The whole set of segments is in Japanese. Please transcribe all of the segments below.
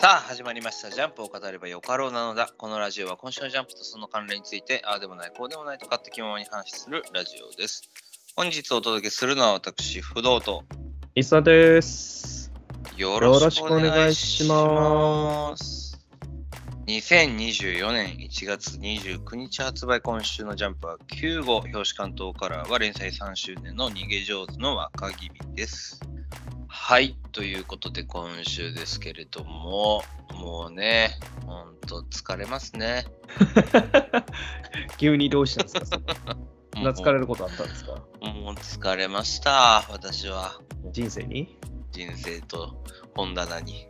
さあ始まりました。ジャンプを語ればよかろうなのだ。このラジオは今週のジャンプとその関連についてああでもないこうでもないと勝手気ままに話するラジオです。本日お届けするのは私不動といさです。 よろしくお願いします。2024年1月29日発売。今週のジャンプは9号。表紙関東カラーは連載3周年の逃げ上手の若君です。はい、ということで今週ですけれども、もうね、ほんと疲れますね。 急にどうしたんですか？疲れることあったんですか？ もう疲れました、私は。 人生に？ 人生と本棚に。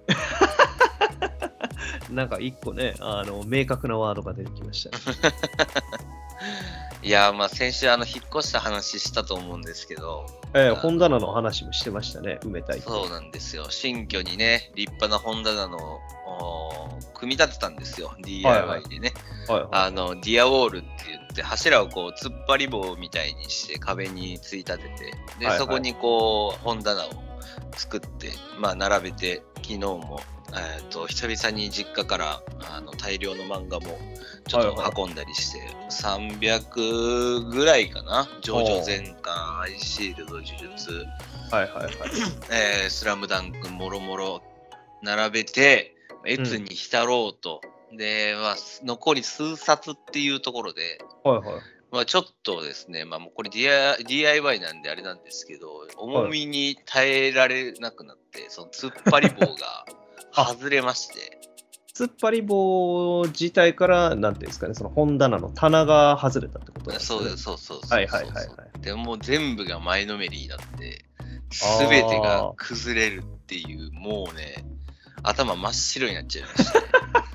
なんか一個ね、明確なワードが出てきましたね。 いや、まあ先週引っ越した話したと思うんですけど、 本棚の話もしてましたね、埋めたい。 そうなんですよ。新居にね、立派な本棚の組み立てたんですよ、DIY でね。ディアウォールって言って柱をこう突っ張り棒みたいにして壁についたてて、で、そこにこう本棚を作って、まあ並べて、昨日も久々に実家から大量の漫画もちょっと運んだりして、300ぐらいかな。ジョジョ全巻、アイシールド、呪術、スラムダンクもろもろ並べて越に浸ろうと、で、まあ、残り数冊っていうところで、まあ、ちょっとですね、まあ、もうこれ DIY なんであれなんですけど、重みに耐えられなくなって、その突っ張り棒が外れまして。 突っ張り棒自体から、なんていうんですかね、その本棚の棚が外れたってことですね。そう。 でもう全部が前のめりになって、すべてが崩れるっていう、もうね、頭真っ白になっちゃいました、ね。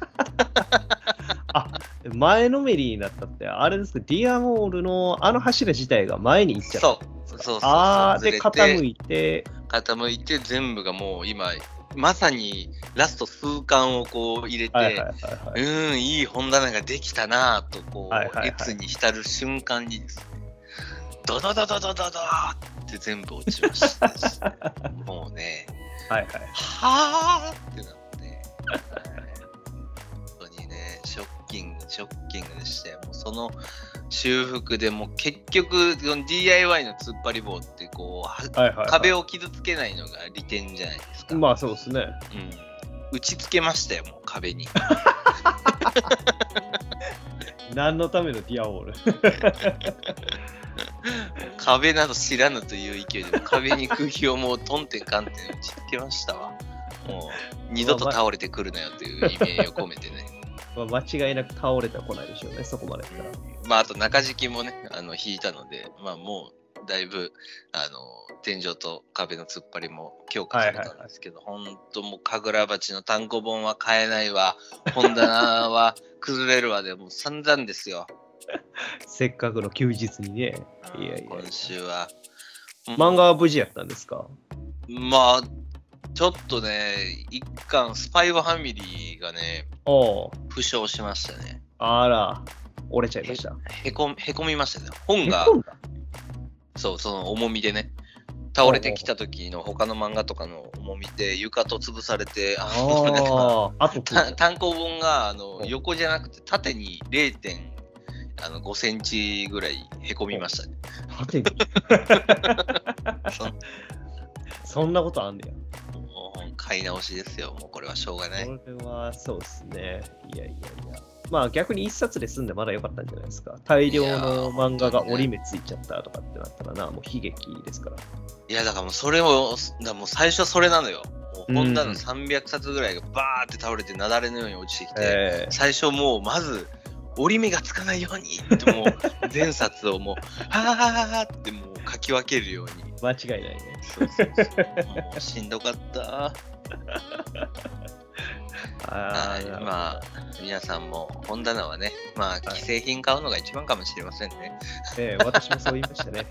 前のめりになったって、あれですか、ディアモールの柱自体が前に行っちゃった。 そう。 で、傾いて全部がもう今、まさにラスト数巻をこう入れて、いい本棚ができたなぁとこう、越に浸る瞬間にですね、ドドドドドドドって全部落ちましたですね。もうね、はーってなって、本当にね、ショッキングでして、もうその修復でもう結局 DIY の突っ張り棒ってこう、壁を傷つけないのが利点じゃないですか。 まあそうですね。 打ち付けましたよ、もう壁に。 何のためのディアウォール？ 壁など知らぬという勢いで壁に空気をもうトンテンカンテン打ち付けましたわ。もう二度と倒れてくるなよという意味を込めてね。 間違いなく倒れては来ないでしょうね、そこまでったら。 まああと中敷きもね、引いたので、まあもうだいぶ天井と壁の突っ張りも強化されたんですけど、本当もう神楽鉢の単行本は買えないわ、本棚は崩れるわでもう散々ですよ。 せっかくの休日にね。 今週は。 漫画は無事やったんですか？ まあちょっとね、一巻スパイファミリーがね、負傷しましたね。 あら、折れちゃいました。 へこみましたね。本が、その重みでね、倒れてきた時の他の漫画とかの重みで床と潰されて、単行本が横じゃなくて縦に0.5センチぐらいへこみましたね。 縦にそんなことあんねや。 買い直しですよ。もうこれはしょうがない。 これはそうですね。いや。まあ逆に一冊で済んでまだ良かったんじゃないですか。大量の漫画が折り目ついちゃったとかってなったらな、もう悲劇ですから。 いやだからもうそれも最初はそれなのよ。もう本棚300冊ぐらいがバーって倒れて雪崩のように落ちてきて、最初もうまず折り目がつかないようにってもう全冊をもうはーってもう書き分けるように。 間違いないね。 そうもうしんどかった。まあ皆さんも本棚はね、まあ既製品買うのが一番かもしれませんね。 私もそう言いましたね。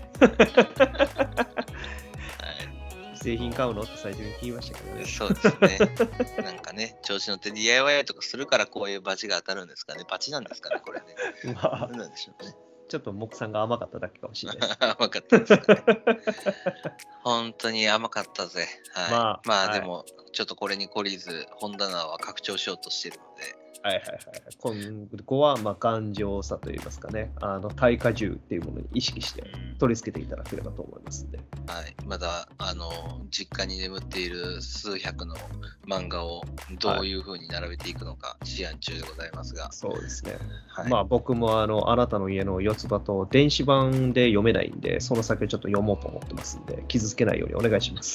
既製品買うのって最初に聞きましたけどね。 そうですね。なんかね、調子乗って DIY とかするからこういうバチが当たるんですかね。バチなんですかね、これね。なんでしょうね。 ちょっと木さんが甘かっただけかもしれないです。 甘かったですかね。本当に甘かったぜ。はい。まあ、でも、ちょっとこれに懲りず、本棚は拡張しようとしてるので。 はいはいはい。今後は、まあ、頑丈さといいますかね、耐荷重っていうものに意識して取り付けていただければと思いますので。 はい。まだ、実家に眠っている数百の漫画をどういう風に並べていくのか、思案中でございますが。 そうですね。はい、まあ、僕もあなたの家の四つ葉と電子版で読めないんで、その先をちょっと読もうと思ってますんで、傷つけないようにお願いします。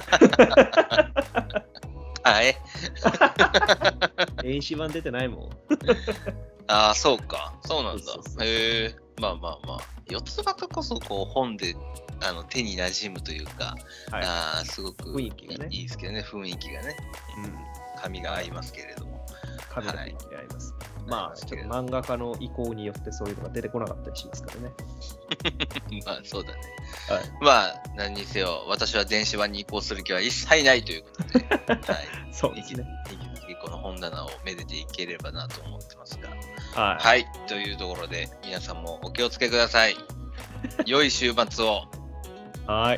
はい。 電子版出てないもん。 ああ、そうか。そうなんだ。へえ。まあまあまあ。四つ葉とこそこう本で手に馴染むというか、はい、すごく雰囲気がね、 いいですけどね、雰囲気がね。紙が合いますけれども。 紙が合います。まあ、ちょっと漫画家の意向によってそういうのが出てこなかったりしますからね。 まあ、そうだね。はい、まあ、何にせよ、私は電子版に移行する気は一切ないということで、はい。 そうですね。 この本棚をめでていければなと思ってますが。 はい。 はい。というところで、皆さんもお気をつけください。良い週末を。 はい。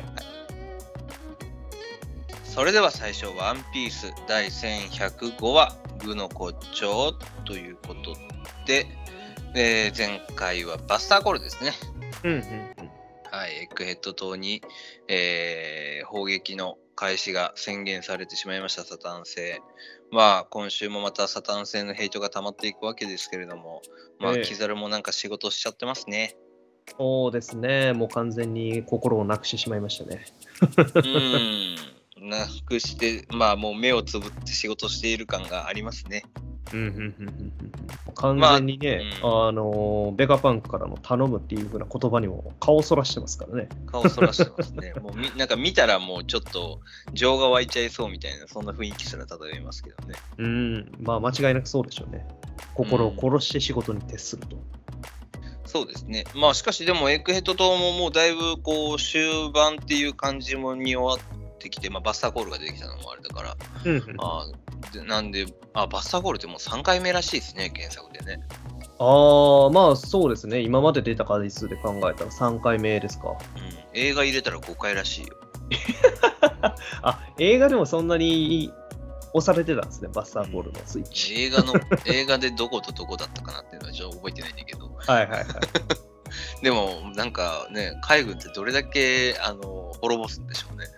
それでは最初、ワンピース第1105話、愚の骨頂ということで、前回はバスターコールですね。はい、エッグヘッド島に、砲撃の開始が宣言されてしまいました、サタン星。まあ、今週もまたサタン星のヘイトが溜まっていくわけですけれども、まあ、キザルもなんか仕事しちゃってますね。 そうですね、もう完全に心をなくしてしまいましたね。 なくして、まあもう目をつぶって仕事している感がありますね。 完全にね、ベガパンクからの頼むっていう風な言葉にも顔そらしてますからね。 顔そらしてますね。もうなんか見たらもうちょっと情が湧いちゃいそうみたいな、そんな雰囲気すら漂いますけどね。 まあ間違いなくそうでしょうね。心を殺して仕事に徹すると。 そうですね。まあしかしでもエッグヘッド島ももうだいぶこう終盤っていう感じもに終わってきて、まあ、バスターコールが出てきたのもあれだから、なんでバスターコールってもう3回目らしいですね、原作でね。 まあそうですね。今まで出た回数で考えたら3回目ですか。 映画入れたら5回らしいよ。 映画でもそんなに押されてたんですね、バスターコールのスイッチ。 映画でどことどこだったかなっていうのはちょっと覚えてないんだけど。でもなんかね、海軍ってどれだけ滅ぼすんでしょうね。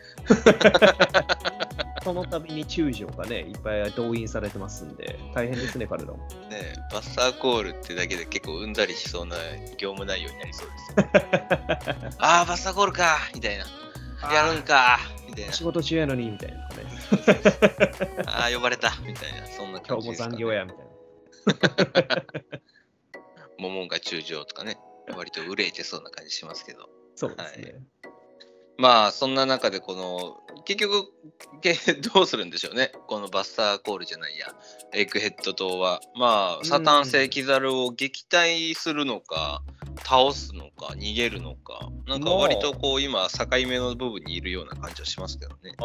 その度に中将がね、いっぱい動員されてますんで、大変ですね、彼らも。 ね、バスターコールってだけで結構うんざりしそうな業務内容になりそうですよね。バスターコールかみたいな。やるんかみたいな。 仕事中やのにみたいなね。 呼ばれたみたいな、そんな感じですかね。 今日も残業やみたいな。 モモンガ中将とかね、割と憂いてそうな感じしますけど。 そうですね。 まあそんな中で結局どうするんでしょうね、このバスターコールじゃないやエッグヘッド島は。まあサタン星キザルを撃退するのか倒すのか逃げるのか、なんか割と今境目の部分にいるような感じはしますけどね。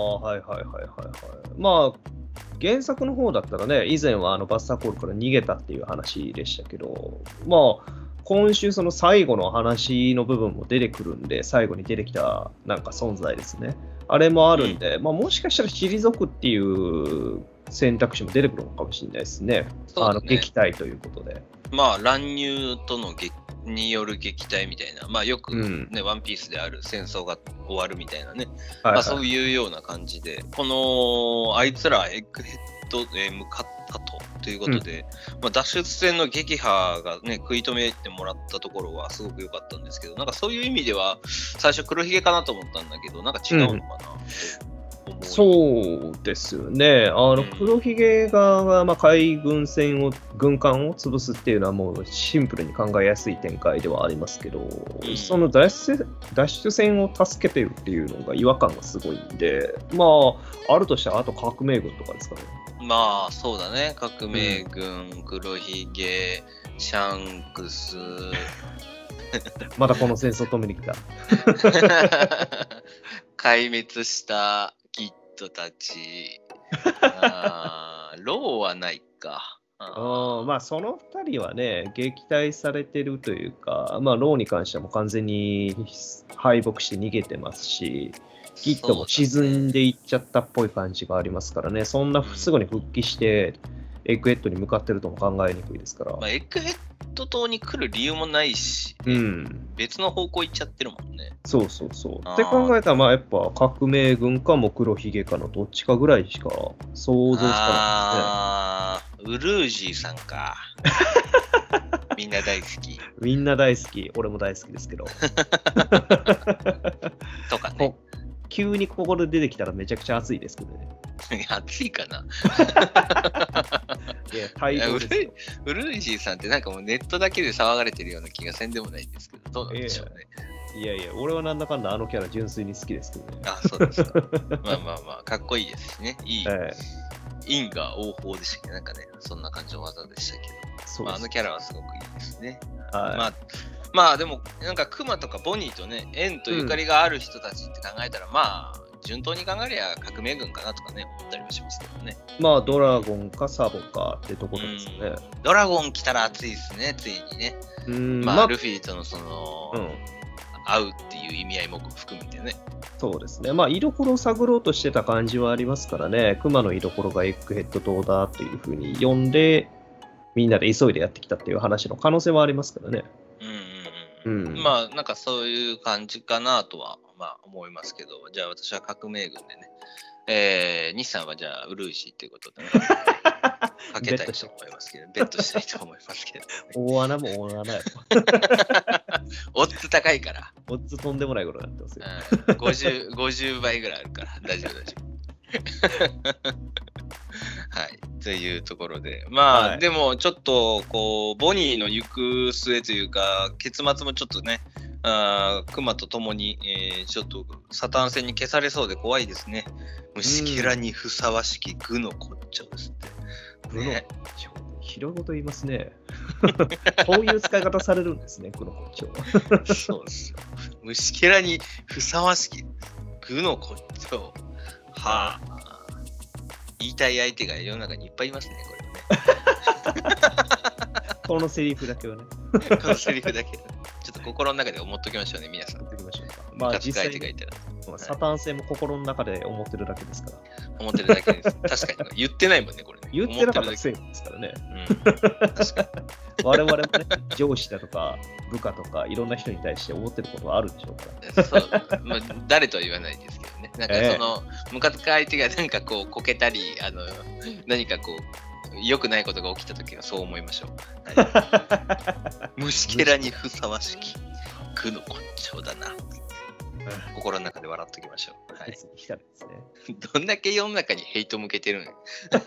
まあ原作の方だったらね、以前はバスターコールから逃げたっていう話でしたけど、まあ今週その最後の話の部分も出てくるんで、最後に出てきたなんか存在ですね。あれもあるんで、まあもしかしたら退くっていう選択肢も出てくるのかもしれないですね。撃退ということで。 まあ乱入とのによる撃退みたいな、まあよくね、ワンピースである戦争が終わるみたいなね、まあそういうような感じで、あいつらエッグヘッドへ向かったということで、まあ、脱出戦の撃破がね、食い止めてもらったところはすごく良かったんですけど、なんかそういう意味では、最初黒ひげかなと思ったんだけど、なんか違うのかな、 そうですよね。黒ひげ側が、海軍軍艦を潰すっていうのはもうシンプルに考えやすい展開ではありますけど、その脱出戦を助けてるっていうのが違和感がすごいんで、まあ、あるとしたらあと革命軍とかですかね。 まあそうだね、革命軍、黒ひげ、シャンクスまたこの戦争止めに来た壊滅したキッドたちローはないか。 まあその2人はね、撃退されてるというか、まあローに関してはもう完全に敗北して逃げてますし、キッドも沈んでいっちゃったっぽい感じがありますからね、そんなすぐに復帰して、エッグヘッドに向かってるとも考えにくいですから。 まあ、エッグヘッド島に来る理由もないし、別の方向行っちゃってるもんね。 そうそうそう。って考えたら、まあやっぱ革命軍かも黒ひげかのどっちかぐらいしか想像つかないですね。ウルージーさんか。みんな大好き。 みんな大好き。俺も大好きですけど。 とかね。 急にここで出てきたらめちゃくちゃ熱いですけどね。 熱いかな。 いや、対応ですよ。 ウルージーさんってなんかもうネットだけで騒がれてるような気がせんでもないんですけど、どうなんでしょうね。 いやいや、俺はなんだかんだあのキャラ純粋に好きですけどね。 あ、そうですか。まあまあまあ、かっこいいですしね。いい。因果応報でしたっけ、なんかね、そんな感じの技でしたけど、まあ、あのキャラはすごくいいですね。まあでも、なんかクマとかボニーとね、縁とゆかりがある人たちって考えたら、まあ、順当に考えりゃ革命軍かなとかね、思ったりもしますけどね。 まあ、ドラゴンかサボかってところですね。 ドラゴン来たら熱いですね、ついにね。まあ、ルフィとのその、会うっていう意味合いも含めてね。 そうですね。まあ、居所を探ろうとしてた感じはありますからね、クマの居所がエッグヘッド島だっていうふうに呼んで、みんなで急いでやってきたっていう話の可能性はありますからね。 まあ、なんかそういう感じかなとは、まあ、思いますけど、じゃあ私は革命軍でね、西さんはじゃあウルーシーということで、ね、かけたいと思いますけど、ベットしたいと思いますけど、ね。 大穴も大穴よ。 オッズ高いから。 オッズとんでもないことになってますよ。 50倍ぐらいあるから、大丈夫大丈夫。はい。というところで。まあ、でもちょっと、こう、ボニーの行く末というか、結末もちょっとね、クマと共に、ちょっとサタン戦に消されそうで怖いですね。虫けらにふさわしき具の骨頂ですって。 具の骨頂。広いこと言いますね。こういう使い方されるんですね、具の骨頂。 そうですよ。虫けらにふさわしき具の骨頂。はあ。言いたい相手が世の中にいっぱいいますね、これはね。 このセリフだけはね。 このセリフだけ。ちょっと心の中で思っときましょうね、皆さん。 思っときましょうか。 まあ、実際にサタン戦も心の中で思ってるだけですから。 思ってるだけです。確かに。言ってないもんね、これね。 言ってなかったくせにですからね。 確かに。 我々もね、上司だとか部下とかいろんな人に対して思ってることはあるでしょうから。 そう。まあ、誰とは言わないですけどね。なんかその、ムカつく相手がなんかこう、こけたり、何かこう、良くないことが起きたときはそう思いましょう。はい、虫けらにふさわしき具の骨頂だな。心の中で笑っときましょう。はい。どんだけ世の中にヘイト向けてるの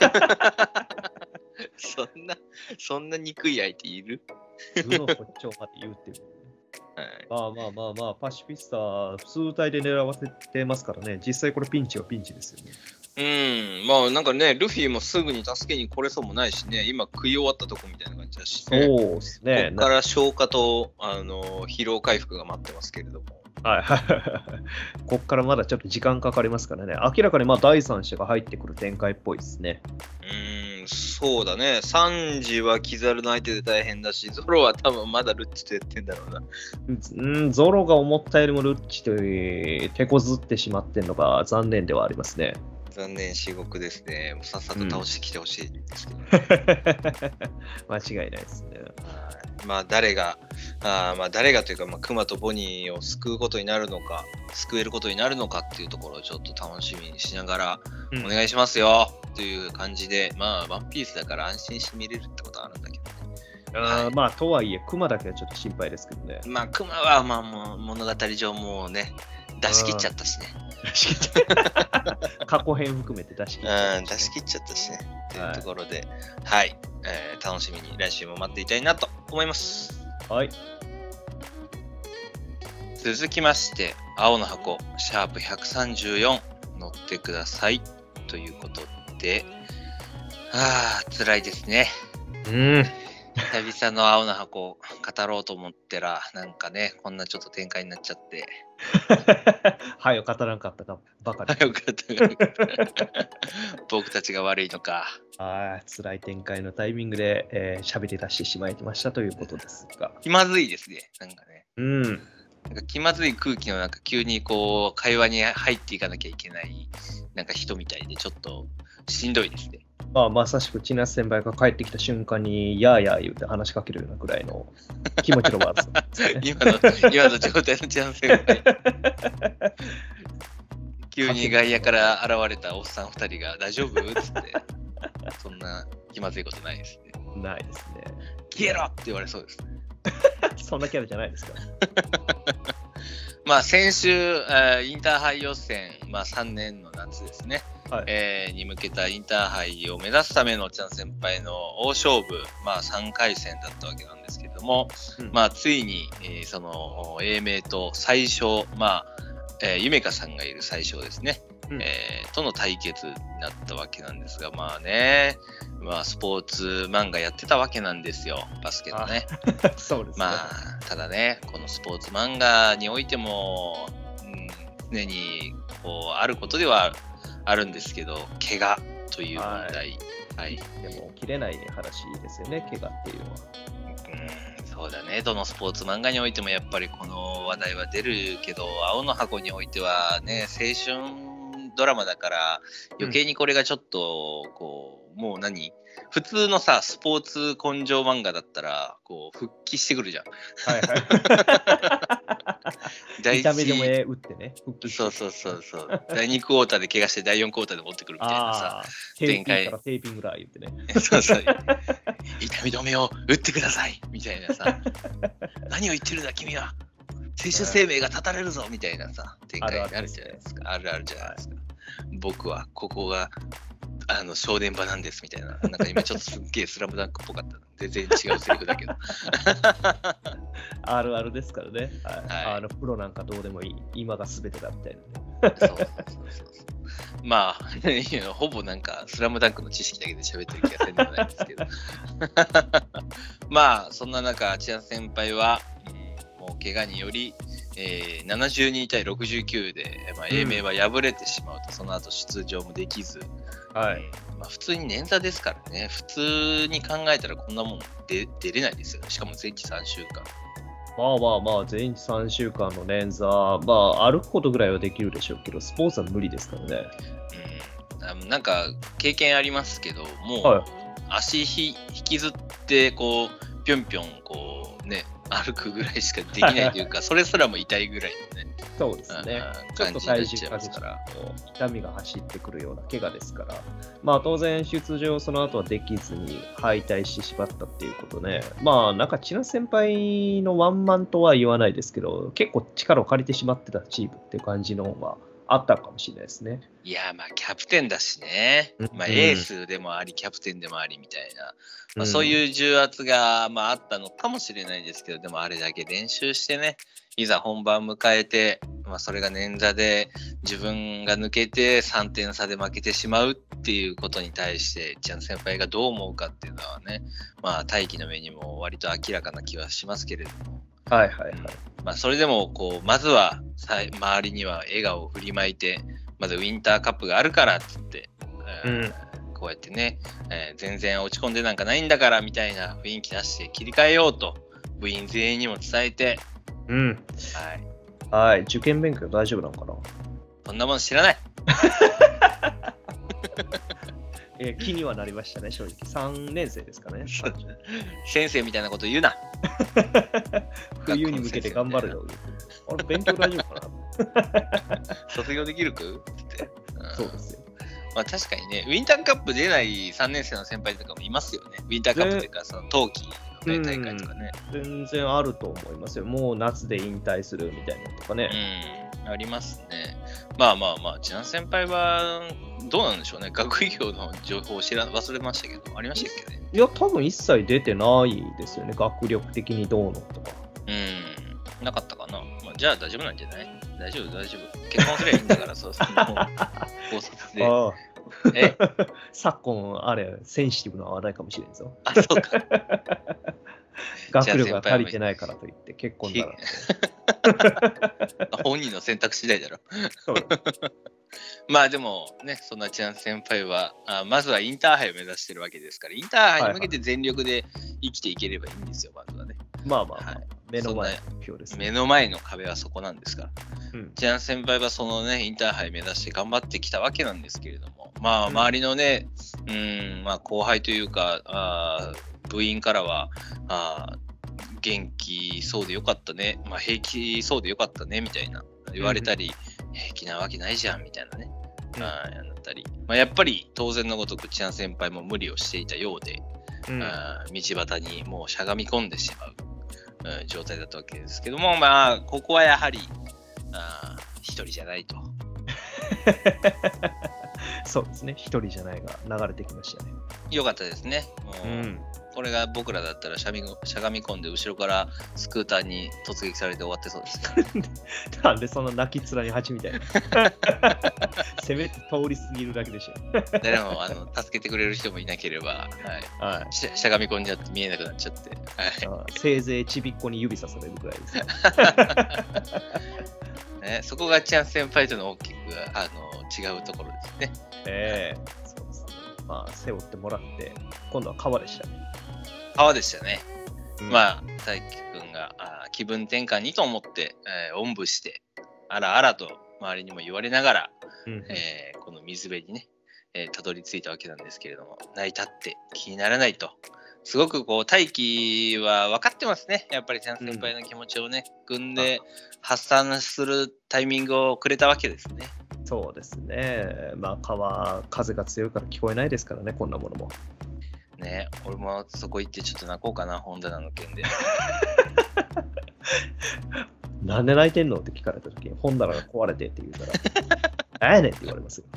そんな憎い相手いる？ 具の骨頂まで言うっていう。はい、まあ、パシフィスタ数体で狙わせてますからね、実際これピンチはピンチですよね。 まあなんかね、ルフィもすぐに助けに来れそうもないしね、今食い終わったとこみたいな感じだし、 ね、そうですね。 ここから消化と疲労回復が待ってますけれども。 はいこっからまだちょっと時間かかりますからね、明らかにまあ第三者が入ってくる展開っぽいですね。 そうだね。サンジはキザルの相手で大変だし、ゾロは多分まだルッチとやってんだろうな。ゾロが思ったよりもルッチと手こずってしまってんのが残念ではありますね。 残念至極ですね。もうさっさと倒してきてほしいですけど、 間違いないですね。 まあ誰がというか、クマとボニーを救うことになるのか、救えることになるのかっていうところをちょっと楽しみにしながら、お願いしますよという感じで、まあワンピースだから安心して見れるってことはあるんだけどね。 まあとはいえ、クマだけはちょっと心配ですけどね。 まあクマはまあもう物語上もうね、出し切っちゃったしね。 過去編含めて出し切っちゃった、 出し切っちゃったしね。というところで、はい、楽しみに来週も待っていたいなと思います。 はい。 続きまして、青の箱、シャープ134、乗ってください。ということで、辛いですね。 久々の青の箱を語ろうと思ってら、なんかね、こんなちょっと展開になっちゃって。 はい、語らんかったかばかり。 よかった。僕たちが悪いのか。 辛い展開のタイミングで喋り出してしまいましたということですが。 気まずいですね、なんかね。 なんか気まずい空気の中、急にこう、会話に入っていかなきゃいけない、なんか人みたいで、ちょっとしんどいですね。 まさしく千夏先輩が帰ってきた瞬間に、やーやー言うて話しかけるようなくらいの気持ちの悪さですね。 今の状態の千夏先輩。急に外野から現れたおっさん2人が大丈夫っつって、そんな気まずいことないですね。 ないですね。 消えろって言われそうですね。 そんなキャラじゃないですか。 先週、インターハイ予選、3年の夏ですね、に向けたインターハイを目指すためのチャン先輩の大勝負、3回戦だったわけなんですけども、ついに、その英明と最小、夢香さんがいる最小ですね、との対決になったわけなんですが、スポーツ漫画やってたわけなんですよ、バスケのね。 そうですね。 ただね、このスポーツ漫画においても、常にこうあることではあるんですけど、怪我という問題。 でも起きれない話ですよね、怪我っていうのは。 そうだね、どのスポーツ漫画においてもやっぱりこの話題は出るけど、青の箱においてはね、青春ドラマだから余計にこれがちょっとこう、もう普通のさスポーツ根性漫画だったらこう復帰してくるじゃん。 痛めでも打ってね。 そう。第2クォーターで怪我して第4クォーターで持ってくるみたいなさ展開。テーピングら言ってね。 そう。痛み止めを打ってくださいみたいなさ。何を言ってるんだ君は。選手生命が絶たれるぞみたいなさ展開になるじゃないですか。あるじゃないですか。僕はここが正念場なんですみたいな。なんか今ちょっとすっげえスラムダンクっぽかった。全然違うセリフだけど。 あるですからね。プロなんかどうでもいい。今が全てだみたいな。 そう。ほぼなんかスラムダンクの知識だけで喋ってる気がせんでもないんですけど。そんな中、千奈先輩は、もう怪我により、72対69で、英明は敗れてしまうと、その後出場もできず、普通に捻挫ですからね、普通に考えたらこんなもん出れないですよね。しかも前期3週間。 前期3週間の捻挫、歩くことぐらいはできるでしょうけど、スポーツは無理ですからね。 なんか経験ありますけど、もう足引きずって、こう、ぴょんぴょん、こうね、歩くぐらいしかできないというか、それすらも痛いぐらいのね。 そうですね。ちょっと体重かけたら痛みが走ってくるような怪我ですから、当然出場その後はできずに敗退してしまったっていうことで、なんか千奈先輩のワンマンとは言わないですけど、結構力を借りてしまってたチームっていう感じの方があったかもしれないですね。 いや、キャプテンだしね、エースでもありキャプテンでもありみたいな、そういう重圧が、あったのかもしれないですけど、でもあれだけ練習してね、いざ本番迎えて、それが捻挫で自分が抜けて3点差で負けてしまうっていうことに対して千奈先輩がどう思うかっていうのはね、大気の目にも割と明らかな気はしますけれども、それでもこうまずは周りには笑顔を振りまいて、まずウィンターカップがあるからっつって、こうやってね、全然落ち込んでなんかないんだからみたいな雰囲気出して切り替えようと部員全員にも伝えて、 受験勉強大丈夫なのかな。 そんなもん知らない。 気にはなりましたね、正直。3年生ですかね。 先生みたいなこと言うな。 冬に向けて頑張るよ。あれ、勉強大丈夫かな。 卒業できるかって。 そうですよ。 確かにね、ウィンターカップ出ない3年生の先輩とかもいますよね。ウィンターカップというか、その冬季の、大会とかね。 全然あると思いますよ。もう夏で引退するみたいなのとかね。 ありますね。千奈先輩はどうなんでしょうね。学業の情報を忘れましたけど、ありましたっけね。 いや、多分一切出てないですよね。学力的にどうのとか。 なかったかな。じゃあ大丈夫なんじゃない？大丈夫。結婚すればいいんだから、そう。高卒で。 昨今、あれ、センシティブな話題かもしれんぞ。 そうか。 学力が足りてないからといって結婚だなって。 本人の選択次第だろ。まあでもね、そんなチャン先輩はまずはインターハイを目指してるわけですから、インターハイに向けて全力で生きていければいいんですよ、まずはね。 まあ、目の前の目標ですね。 目の前の壁はそこなんですから。チャン先輩はそのね、インターハイ目指して頑張ってきたわけなんですけれども、まあ周りのね、まあ後輩というか、部員からは、元気そうでよかったね、まあ平気そうでよかったねみたいな言われたり、平気なわけないじゃんみたいなね、なったり、まあ、やっぱり当然のごとくチャン先輩も無理をしていたようで、道端にもうしゃがみ込んでしまう、状態だったわけですけども、まあここはやはり一人じゃないと。 そうですね、一人じゃないが流れてきましたね。 よかったですね。これが僕らだったらしゃがみ込んで後ろからスクーターに突撃されて終わってそうです。 なんでその泣き面に蜂みたいな。せめて通り過ぎるだけでしょ。 誰も助けてくれる人もいなければ、しゃがみ込んじゃって見えなくなっちゃって。 せいぜいちびっこに指さされるぐらいですね。そこがチャン先輩との大きく違うところですね。 そうですね。まあ背負ってもらって今度は川でしたね。 川でしたね。まあ大輝くんが気分転換にと思って、おんぶしてあらあらと周りにも言われながら、この水辺にね、たどり着いたわけなんですけれども、泣いたって気にならないと。すごくこう大輝は分かってますね。やっぱりチャン先輩の気持ちをね、組んで発散するタイミングをくれたわけですね。 そうですね。まあ川、風が強いから聞こえないですからね、こんなものも。 ね、俺もそこ行ってちょっと泣こうかな、本棚の件で。 なんで泣いてんのって聞かれたときに、本棚が壊れてって言うから、何やねんって言われますよ。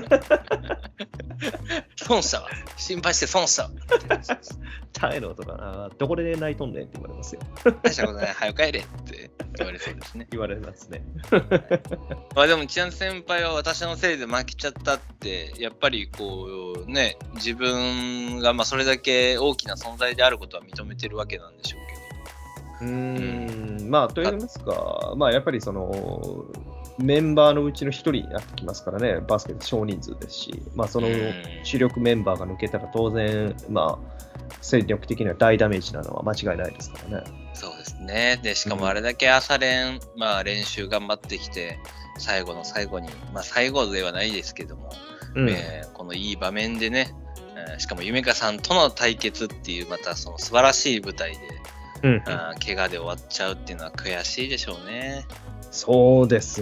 損したわ。心配して損したわ。 大の音だな。どこで泣いとんねんって言われますよ。 大したことない。早く帰れって言われそうですね。 言われますね。 まあでも、チャン先輩は私のせいで負けちゃったって、やっぱりこうね、自分がまあそれだけ大きな存在であることは認めてるわけなんでしょうけど。 まあと言いますか、まあやっぱりその、メンバーのうちの一人になってきますからね、バスケット少人数ですし、まあ、その主力メンバーが抜けたら当然、まあ、戦力的には大ダメージなのは間違いないですからね。 そうですね。で、しかもあれだけ朝練、まあ、練習頑張ってきて、最後の最後に、まあ、最後ではないですけども、このいい場面でね、しかも夢香さんとの対決っていう、またその素晴らしい舞台で、怪我で終わっちゃうっていうのは悔しいでしょうね。 そうです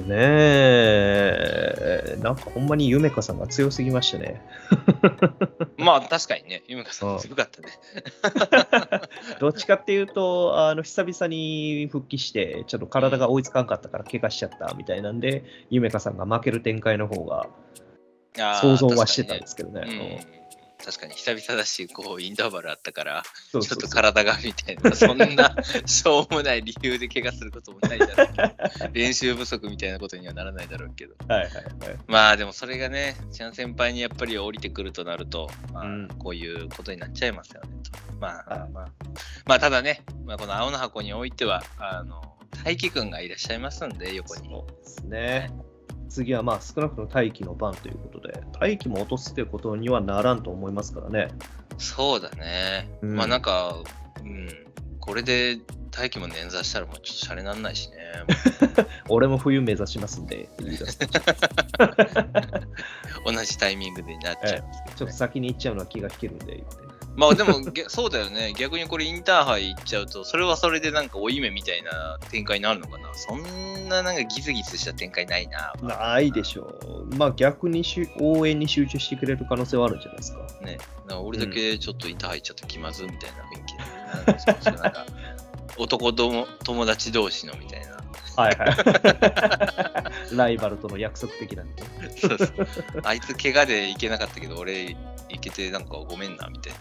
ね。なんかほんまに夢香さんが強すぎましたね。 まあ確かにね、夢香さん強かったね。 どっちかっていうと、久々に復帰して、ちょっと体が追いつかんかったから怪我しちゃったみたいなんで、夢香さんが負ける展開の方が想像はしてたんですけどね。 確かに久々だし、こうインターバルあったから、ちょっと体がみたいな、そんなしょうもない理由で怪我することもないだろうけど、練習不足みたいなことにはならないだろうけど。まあでもそれがね、チャン先輩にやっぱり降りてくるとなると、まあ、こういうことになっちゃいますよねと。まあただね、まあ、この青の箱においては、大輝くんがいらっしゃいますんで、横に。 そうですね。次はまあ少なくとも大輝の番ということで、大輝も落とすということにはならんと思いますからね。 そうだね。まあなんか、これで大輝も捻挫したらもうちょっとシャレなんないしね。 俺も冬目指しますんでって言い出す。 同じタイミングでなっちゃいますけど、ね。 ちょっと先に行っちゃうのは気が引けるんで言って。 まあでもそうだよね。逆にこれインターハイ行っちゃうと、それはそれでなんか追い目みたいな展開になるのかな。そんななんかギスギスした展開ないな。 ないでしょう。まあ逆に応援に集中してくれる可能性はあるんじゃないですか。 ね。俺だけちょっとインターハイ行っちゃって気まずみたいな雰囲気で。なんか男友達同士のみたいな。 ライバルとの約束的な。 そうそう。あいつ怪我で行けなかったけど、俺行けてなんかごめんなみたいな。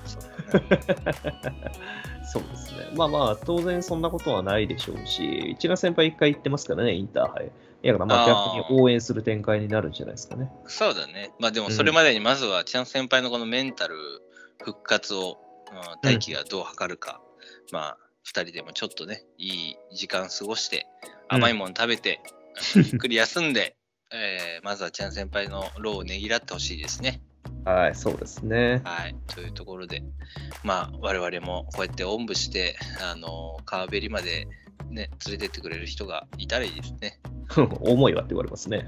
そうですね。まあ当然そんなことはないでしょうし、一蘭先輩一回行ってますからね、インターハイ。だからまあ逆に応援する展開になるんじゃないですかね。 そうだね。まあでもそれまでにまずはチャン先輩のこのメンタル復活を大輝がどう図るか。まあ 2人でもちょっとね、いい時間過ごして、甘いもの食べて、ゆっくり休んで、まずはチャン先輩の労をねぎらってほしいですね。 はい、そうですね。 はい、というところで、まあ、我々もこうやっておんぶして、川べりまで、ね、連れてってくれる人がいたらいいですね。 重いわって言われますね。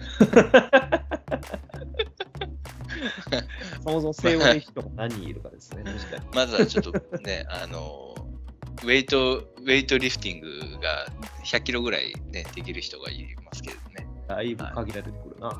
そもそも背負う人が何人いるかですね。確かに。 まずはちょっとね、ウェイトリフティングが100キロぐらい、ね、できる人がいますけどね。 だいぶ限られてくるな。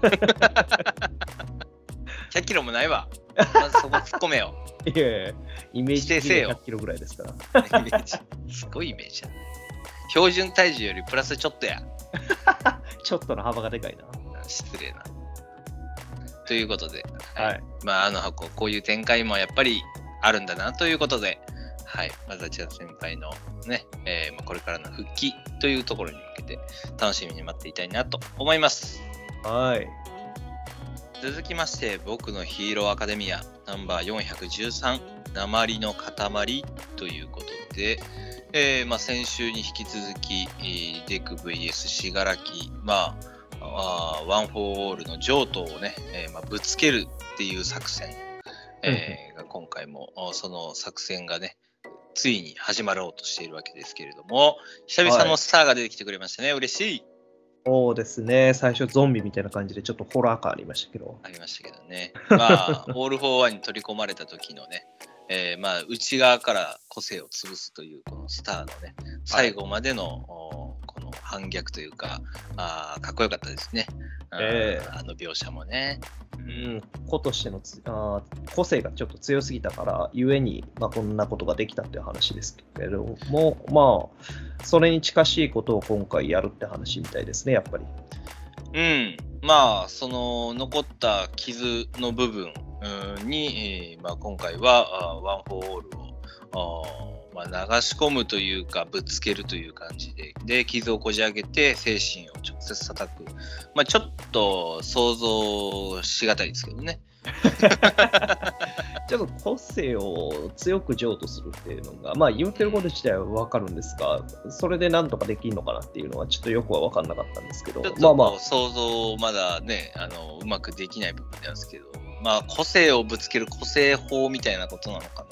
100キロもないわ。まずそこ突っ込めよ。 いやいや、イメージ的に100キロぐらいですから。 すごいイメージだね。標準体重よりプラスちょっとや。 ちょっとの幅がでかいな。 失礼な。ということで、 はい。 まあ、箱、こういう展開もやっぱりあるんだなということで、はい。まずは千田先輩のね、これからの復帰というところに向けて楽しみに待っていたいなと思います。 はい。 続きまして、僕のヒーローアカデミアナンバー413、鉛の塊ということで、先週に引き続き、デク VS 信楽、ワン・フォー・オールの譲渡をね、ぶつけるっていう作戦、が今回もその作戦がね、ついに始まろうとしているわけですけれども、久々のスターが出てきてくれましたね。嬉しい。 そうですね。最初ゾンビみたいな感じでちょっとホラー感ありましたけど。 ありましたけどね。まあ、オール・フォー・ワンに取り込まれた時のね、内側から個性を潰すというこのスターのね、最後までの、この反逆というか、かっこよかったですね。あの描写もね。 子としての個性がちょっと強すぎたからゆえに、こんなことができたっていう話ですけれども、それに近しいことを今回やるって話みたいですね、やっぱり。 その残った傷の部分に、今回はワン・フォー・オールを流し込むというかぶつけるという感じで傷をこじ開けて精神を直接叩く、ちょっと想像しがたいですけどね。 ちょっと個性を強く譲渡するっていうのが、言ってること自体は分かるんですが、それでなんとかできるのかなっていうのはちょっとよくは分かんなかったんですけど、 ちょっと想像まだね、うまくできない部分なんですけど、個性をぶつける個性法みたいなことなのか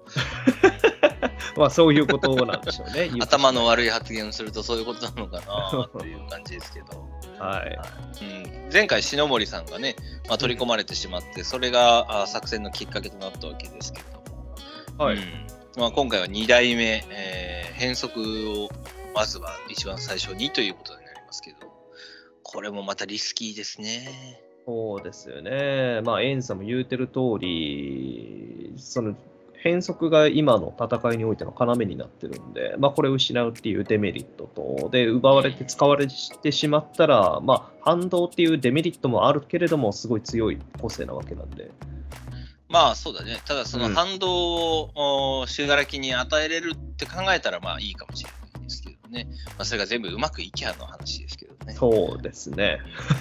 な。そういうことなんでしょうね。 頭の悪い発言をするとそういうことなのかなという感じですけど。 はい。 前回篠森さんがね、取り込まれてしまって、それが作戦のきっかけとなったわけですけれども、今回は2代目、変則をまずは一番最初にということになりますけど、これもまたリスキーですね。 そうですよね。エンさんも言うてる通り、その変則が今の戦いにおいての要になってるんで、これを失うっていうデメリットと、で、奪われて使われてしまったら、反動っていうデメリットもあるけれども、すごい強い個性なわけなんで。 そうだね。ただその反動を信楽に与えれるって考えたらいいかもしれないですけどね。それが全部うまくいきゃの話ですけどね。 そうですね。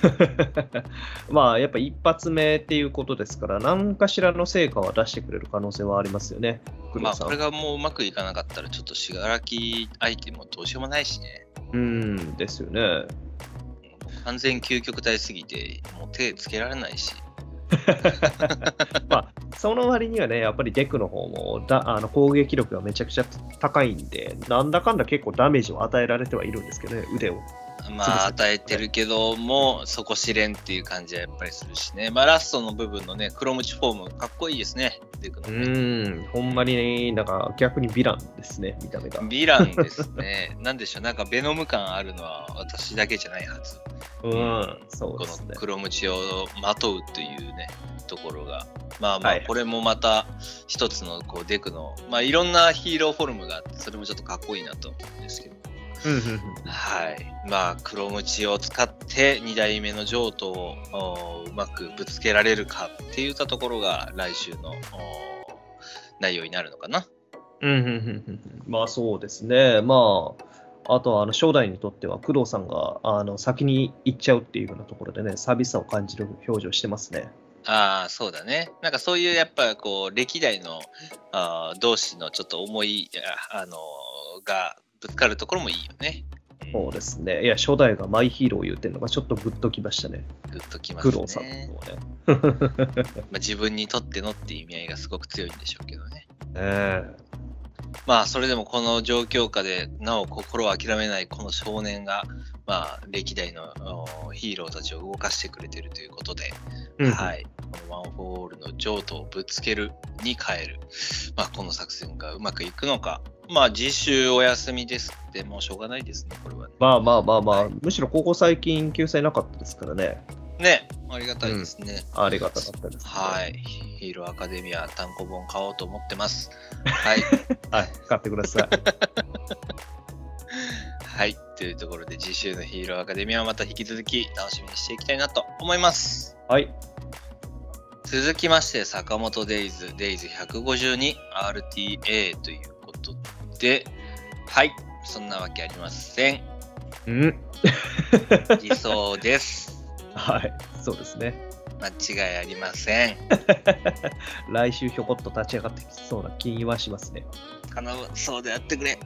やっぱ一発目っていうことですから、何かしらの成果は出してくれる可能性はありますよね。 これがもううまくいかなかったら、ちょっと信楽相手もどうしようもないしね。 ですよね。 完全究極体すぎて、もう手つけられないし。 その割にはね、やっぱりデクの方も攻撃力がめちゃくちゃ高いんで、なんだかんだ結構ダメージを与えられてはいるんですけどね、腕を。 与えてるけども、底知れんっていう感じはやっぱりするしね。ラストの部分のね、黒ムチフォーム、かっこいいですね、デクのね。 ほんまになんか逆にヴィランですね、見た目が。 ヴィランですね。なんでしょう、なんかベノム感あるのは私だけじゃないはず。 そうですね。 この黒ムチをまとうというね、ところが。これもまた一つのこうデクの、いろんなヒーローフォルムがあって、それもちょっとかっこいいなと思うんですけど。黒ムチを使って2代目の譲渡をうまくぶつけられるかっていったところが来週の内容になるのかな。 そうですね。あとは初代にとっては工藤さんが先に行っちゃうっていうようなところでね、寂しさを感じる表情してますね。 ああ、そうだね。なんかそういうやっぱこう歴代の同士のちょっと思いがぶつかるところもいいよね。 そうですね。いや、初代がマイヒーロー言うてるのがちょっとグッときましたね。 グッときますね。 工藤さんのね。 自分にとってのっていう意味合いがすごく強いんでしょうけどね。 まあそれでもこの状況下でなお心を諦めないこの少年が歴代のヒーローたちを動かしてくれているということで、はい、このワン・フォー・オールの譲渡をぶつけるに変える、この作戦がうまくいくのか。次週お休みですってもうしょうがないですね、これは、ね。 はい、むしろここ最近救済なかったですからね。 ね、ありがたいですね。 ありがたかったです、ね。 はい。ヒーローアカデミア単行本買おうと思ってます。はい。 はい、買ってください。 はい。というところで、次週のヒーローアカデミアはまた引き続き楽しみにしていきたいなと思います。 はい。 続きまして、坂本デイズ 152RTA ということで、はい。そんなわけありません。偽装です。 はい、そうですね。 間違いありません。 来週ひょこっと立ち上がってきそうな気はしますね。 そうでやってくれ。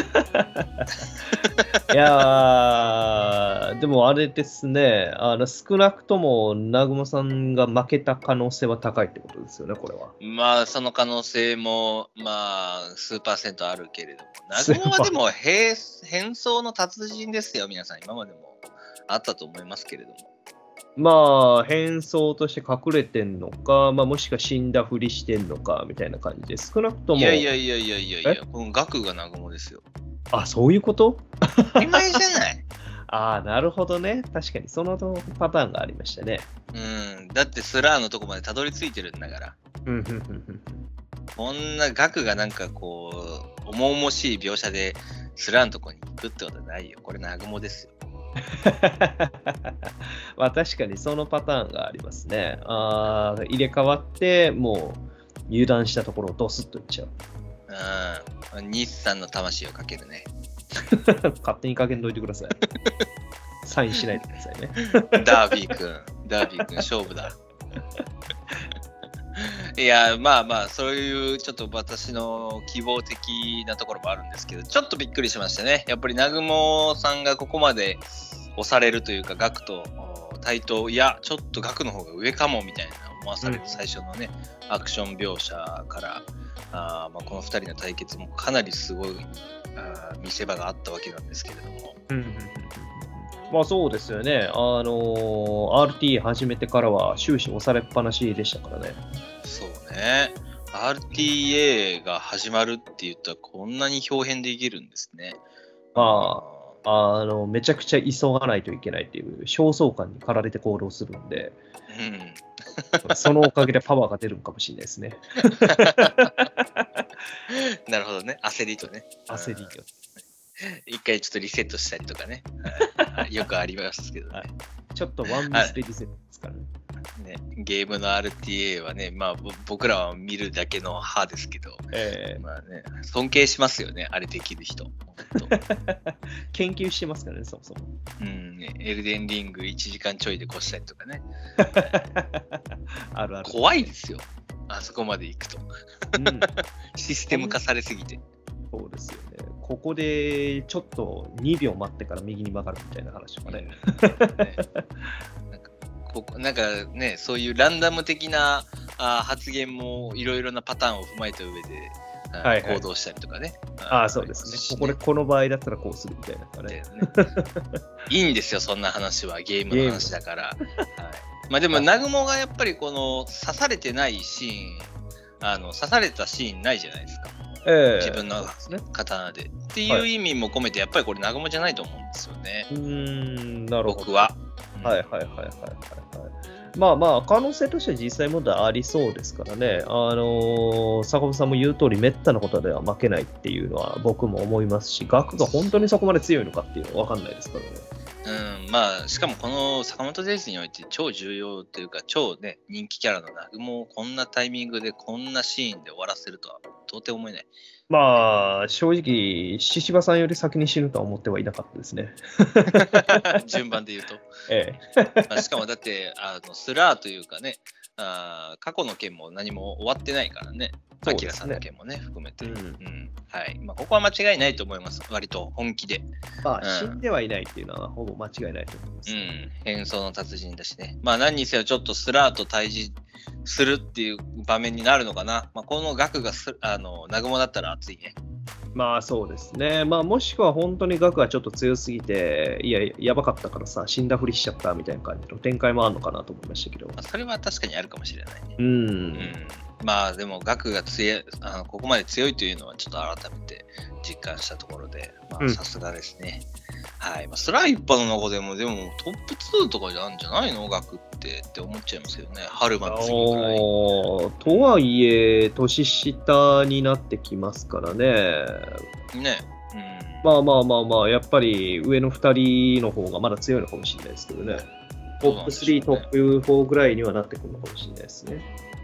いやでもあれですね、少なくとも南雲さんが負けた可能性は高いってことですよね、これは。 その可能性も数%あるけれども、南雲はでも変装の達人ですよ、皆さん。今までもあったと思いますけれども。 変装として隠れてんのか、もしくは死んだふりしてんのかみたいな感じで、少なくとも。 いや、この額が南雲ですよ。 あ、そういうこと？ 当たり前じゃない。 なるほどね。確かにそのパターンがありましたね。 だってスラーのとこまでたどり着いてるんだから。こんな額がなんかこう、重々しい描写でスラーのとこに行くってことはないよ。これ南雲ですよ。 確かにそのパターンがありますね。入れ替わってもう油断したところをドスッといっちゃう。 日産の魂をかけるね。 勝手にかけんといてください。サインしないでくださいね。 ダービー君勝負だ。いやそういうちょっと私の希望的なところもあるんですけど、ちょっとびっくりしましたね。やっぱり南雲さんがここまで押されるというか、ガクと対等、いやちょっとガクの方が上かもみたいな思わされる最初のね、アクション描写からこの2人の対決もかなりすごい見せ場があったわけなんですけれども、 そうですよね。RT 始めてからは終始押されっぱなしでしたからね。 そうね。RTA が始まるって言ったらこんなに表現できるんですね。 めちゃくちゃ急がないといけないっていう焦燥感に駆られて行動するんで、そのおかげでパワーが出るかもしれないですね。 なるほどね。焦りとね。 焦りよ。 一回ちょっとリセットしたりとかね。よくありますけどね。 ちょっとワンミスでリセットですからね。 ゲームの RTA はね、僕らは見るだけの派ですけど、尊敬しますよね、あれできる人。 研究してますからね、そもそも。 エルデンリング1時間ちょいで越したりとかね。 あるある。 怖いですよ、あそこまで行くと。システム化されすぎて。 そうですよね。ここでちょっと2秒待ってから右に曲がるみたいな話とかね。 なんかね、そういうランダム的な発言もいろいろなパターンを踏まえた上で行動したりとかね。 そうですね。この場合だったらこうするみたいなね。 いいんですよ、そんな話は。ゲームの話だから。でも、南雲がやっぱりこの刺されてないシーン、刺されたシーンないじゃないですか。自分の刀で。っていう意味も込めて、やっぱりこれ南雲じゃないと思うんですよね。 なるほど。 僕は。 可能性としては実際問題ありそうですからね。坂本さんも言う通り、めったなことでは負けないっていうのは僕も思いますし、額が本当にそこまで強いのかっていうのは分かんないですからね。 しかもこの坂本デイズにおいて超重要というか、超ね、人気キャラの南雲をこんなタイミングでこんなシーンで終わらせるとは到底思えない。 正直、獅子場さんより先に死ぬとは思ってはいなかったですね。 順番で言うと。しかもだってスラーというかね、 過去の件も何も終わってないからね。アキラさんの件もね、含めて。はい。ここは間違いないと思います。割と本気で。 死んではいないっていうのはほぼ間違いないと思います。 変装の達人だしね。何にせよちょっとスラーと対峙するっていう場面になるのかな。この額が南雲だったら熱いね。 そうですね。もしくは本当に額がちょっと強すぎて、いや、やばかったからさ、死んだふりしちゃったみたいな感じの展開もあるのかなと思いましたけど。 それは確かにあるかもしれないね。でも額が強い、ここまで強いというのはちょっと改めて実感したところで、さすがですね。はい。スライパーの中でも、でもトップ2とかじゃあるんじゃないの額って思っちゃいますよね。春馬の次ぐらい。 とはいえ、年下になってきますからね。 ね。 やっぱり上の2人の方がまだ強いのかもしれないですけどね。トップ3、トップ4ぐらいにはなってくるのかもしれないですね。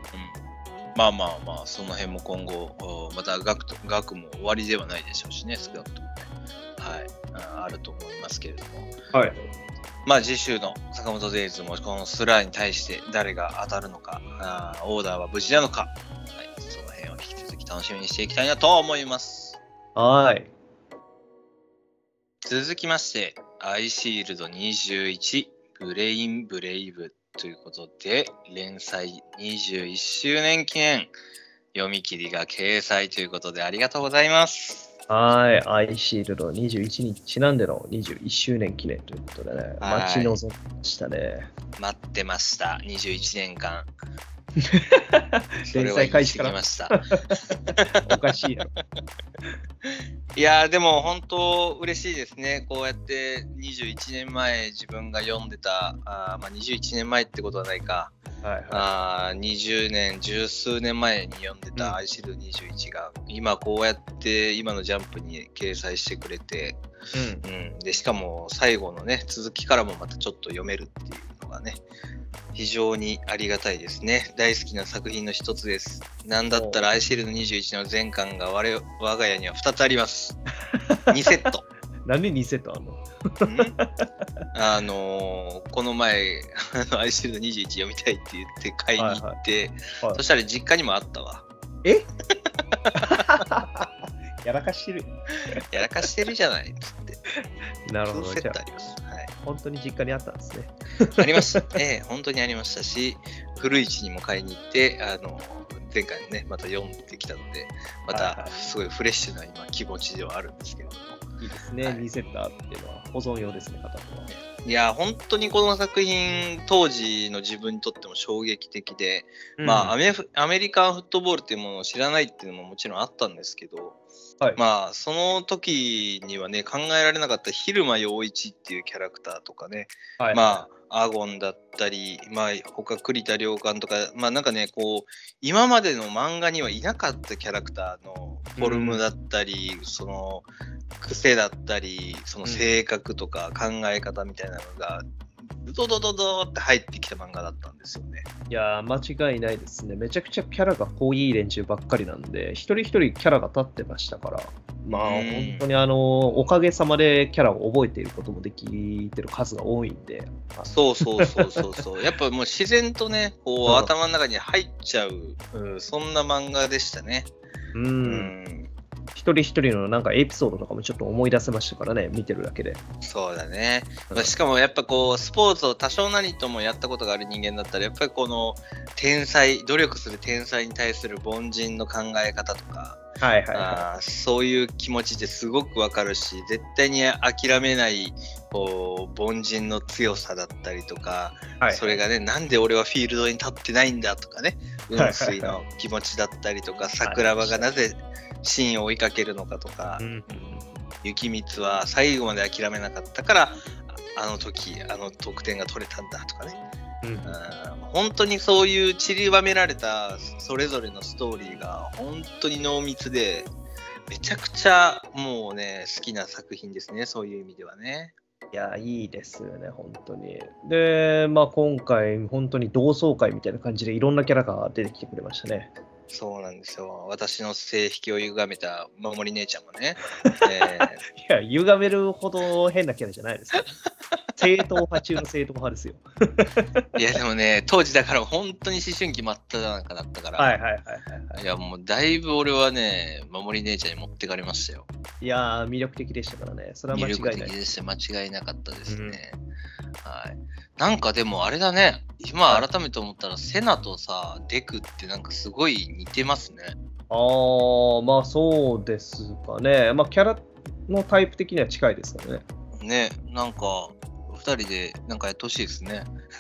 その辺も今後、また額も終わりではないでしょうしね、少なくともね。はい。あると思いますけれども。 はい。 次週の坂本デイズもこのスラーに対して誰が当たるのか、オーダーは無事なのか、はい、その辺を引き続き楽しみにしていきたいなと思います。 はい。 続きまして、アイシールド21、ブレインブレイブということで、連載21周年記念、読み切りが掲載ということでありがとうございます。 はい、アイシールド21にちなんでの21周年記念ということでね、待ち望みましたね。 待ってました、21年間。 連載開始からました。 おかしいやろ。 いやでも本当嬉しいですね。こうやって21年前自分が読んでた、21年前ってことはないか。20年、十数年前に読んでたアイシールド21が、今こうやって今のジャンプに掲載してくれて、でしかも最後のね続きからもまたちょっと読めるっていうのがね非常にありがたいですね。大好きな作品の一つです。なんだったらアイシールド21の全巻が我が家には2つあります。2セット。 なんで2セットあんのこの前アイシールド21読みたいって言って買いに行って、そしたら実家にもあったわ。 やらかしてるやらかしてるじゃないっつってなるほど。 2セットあります。 本当に実家にあったんですね。 ありました。本当にありましたし、古市にも買いに行って、前回ね、また読んできたので、またすごいフレッシュな今気持ちではあるんですけれども。 いいですね、2セットあるっていうのは保存用ですね、片方は。 いや、本当にこの作品、当時の自分にとっても衝撃的で、アメリカンフットボールっていうものを知らないっていうのももちろんあったんですけど、その時にはね、考えられなかった蛭間陽一っていうキャラクターとかね、アゴンだったり、他栗田良寛とか、なんかね、こう、今までの漫画にはいなかったキャラクターのフォルムだったり、その癖だったり、その性格とか考え方みたいなのが、ドドドドって入ってきた漫画だったんですよね。 いやー、間違いないですね。めちゃくちゃキャラが濃い連中ばっかりなんで、一人一人キャラが立ってましたから、本当におかげさまでキャラを覚えていることもできてる数が多いんで。 そう。やっぱもう自然とね、こう頭の中に入っちゃう、そんな漫画でしたね。 一人一人のなんかエピソードとかもちょっと思い出せましたからね、見てるだけで。 そうだね。しかもやっぱこうスポーツを多少なりともやったことがある人間だったら、やっぱりこの努力する天才に対する凡人の考え方とか、そういう気持ちってすごくわかるし、絶対に諦めないこう凡人の強さだったりとか、それがね、なんで俺はフィールドに立ってないんだとかね、雲水の気持ちだったりとか、桜庭がなぜシーンを追いかけるのかとか、雪光は最後まで諦めなかったからあの時得点が取れたんだとかね、本当にそういう散りばめられたそれぞれのストーリーが本当に濃密で、めちゃくちゃもうね好きな作品ですね、そういう意味ではね。 いや、いいですよね、本当に。で、今回、本当に同窓会みたいな感じでいろんなキャラが出てきてくれましたね。 そうなんですよ。私の性癖を歪めた守り姉ちゃんもね。 いや、歪めるほど変なキャラじゃないですか。 正統派中の正統派ですよ。 いやでもね、当時だから本当に思春期真っ只中だったから、 はいはいはいはい。 いやもうだいぶ俺はね、守り姉ちゃんに持ってかれましたよ。 いやー、魅力的でしたからね。それは間違いない。 魅力的でした。間違いなかったですね。はい。なんかでもあれだね、今改めて思ったら、セナとさ、デクってなんかすごい似てますね。 まあそうですかね。まあキャラのタイプ的には近いですからね。 ね、なんか、2人でなんかやってほしいですね。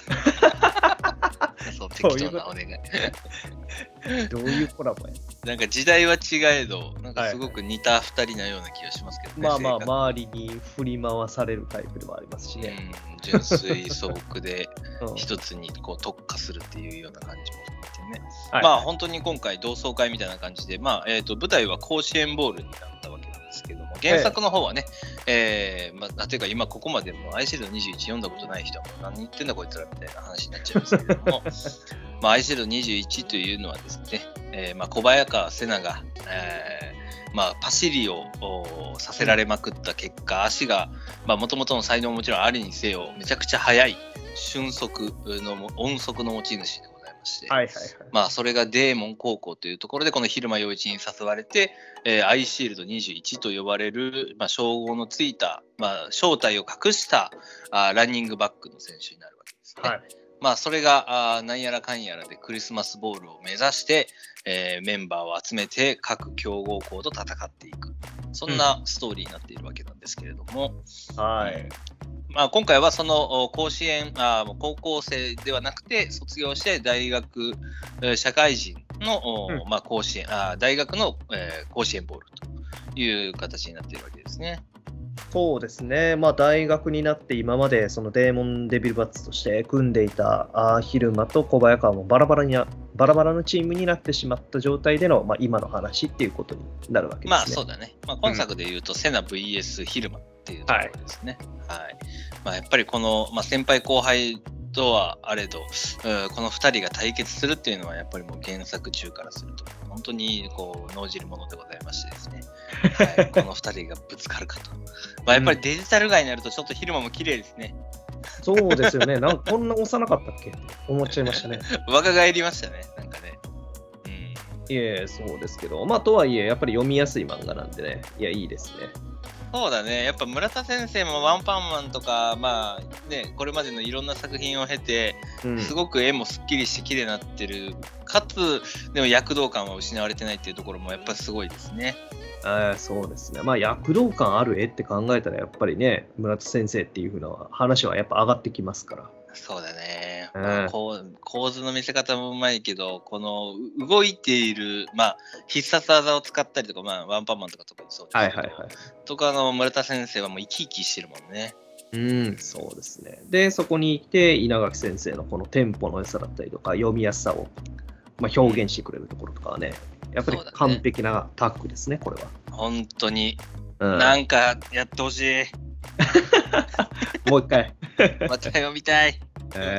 そう、適当なお願い。 どういうコラボや。 なんか時代は違えど、なんかすごく似た2人なような気がしますけどね。 まあまあ、周りに振り回されるタイプでもありますしね。 純粋素朴で一つにこう特化するっていうような感じもあってね。まあ本当に今回同窓会みたいな感じで、まあ舞台は甲子園ボールになったわけなんですけども、原作の方はね、まあていうか今ここまでもアイシールド21読んだことない人はもう何言ってんだこいつらみたいな話になっちゃいますけれども、まあアイシールド21というのはですね、まあ小早川瀬名が、まあ、パシリをさせられまくった結果、足がもともとの才能ももちろんありにせよ、めちゃくちゃ速い俊足の音速の持ち主でございまして、まあ、それがデーモン高校というところでこの蛭間陽一に誘われて、アイシールド21と呼ばれる、称号のついた、正体を隠したランニングバックの選手になるわけですね。まあそれがなんやらかんやらでクリスマスボールを目指して、メンバーを集めて各強豪校と戦っていく、そんなストーリーになっているわけなんですけれども、まあ、今回はその甲子園高校生ではなくて卒業して大学社会人の、甲子園大学の、甲子園ボールという形になっているわけですね。 そうですね、まあ、大学になって今までそのデーモンデビルバッツとして組んでいた蛭間と小早川もバラバラのチームになってしまった状態での、今の話っていうことになるわけですね。 まあそうだね、今作でいうと、セナ VS 蛭間っていうところですね。やっぱりこの、先輩後輩とはあれど、この2人が対決するっていうのはやっぱりもう原作中からすると本当にこう脳汁ものでございましてですね、この2人がぶつかるかと、やっぱりデジタル外になるとちょっと蛭間も綺麗ですね。 そうですよね。なんかこんな幼かったっけって思っちゃいましたね。 若返りましたね、なんかね。 いえ、そうですけど、とはいえやっぱり読みやすい漫画なんでね、いや、いいですね。 そうだね、やっぱ村田先生もワンパンマンとか、これまでのいろんな作品を経て、すごく絵もすっきりして綺麗になってる、かつでも躍動感は失われてないっていうところもやっぱりすごいですね。 そうですね、躍動感ある絵って考えたらやっぱりね、村田先生っていう風な話はやっぱ上がってきますから。 そうだね、構図の見せ方もうまいけど、この動いている、必殺技を使ったりとか、ワンパンマンとか特にそうですけど、とかの村田先生はもう生き生きしてるもんね。 そうですね。で、そこにいて稲垣先生のこのテンポの良さだったりとか読みやすさを、表現してくれるところとかはね、やっぱり完璧なタッグですね、これは。 本当に、なんかやってほしい。 もう一回。 また読みたい。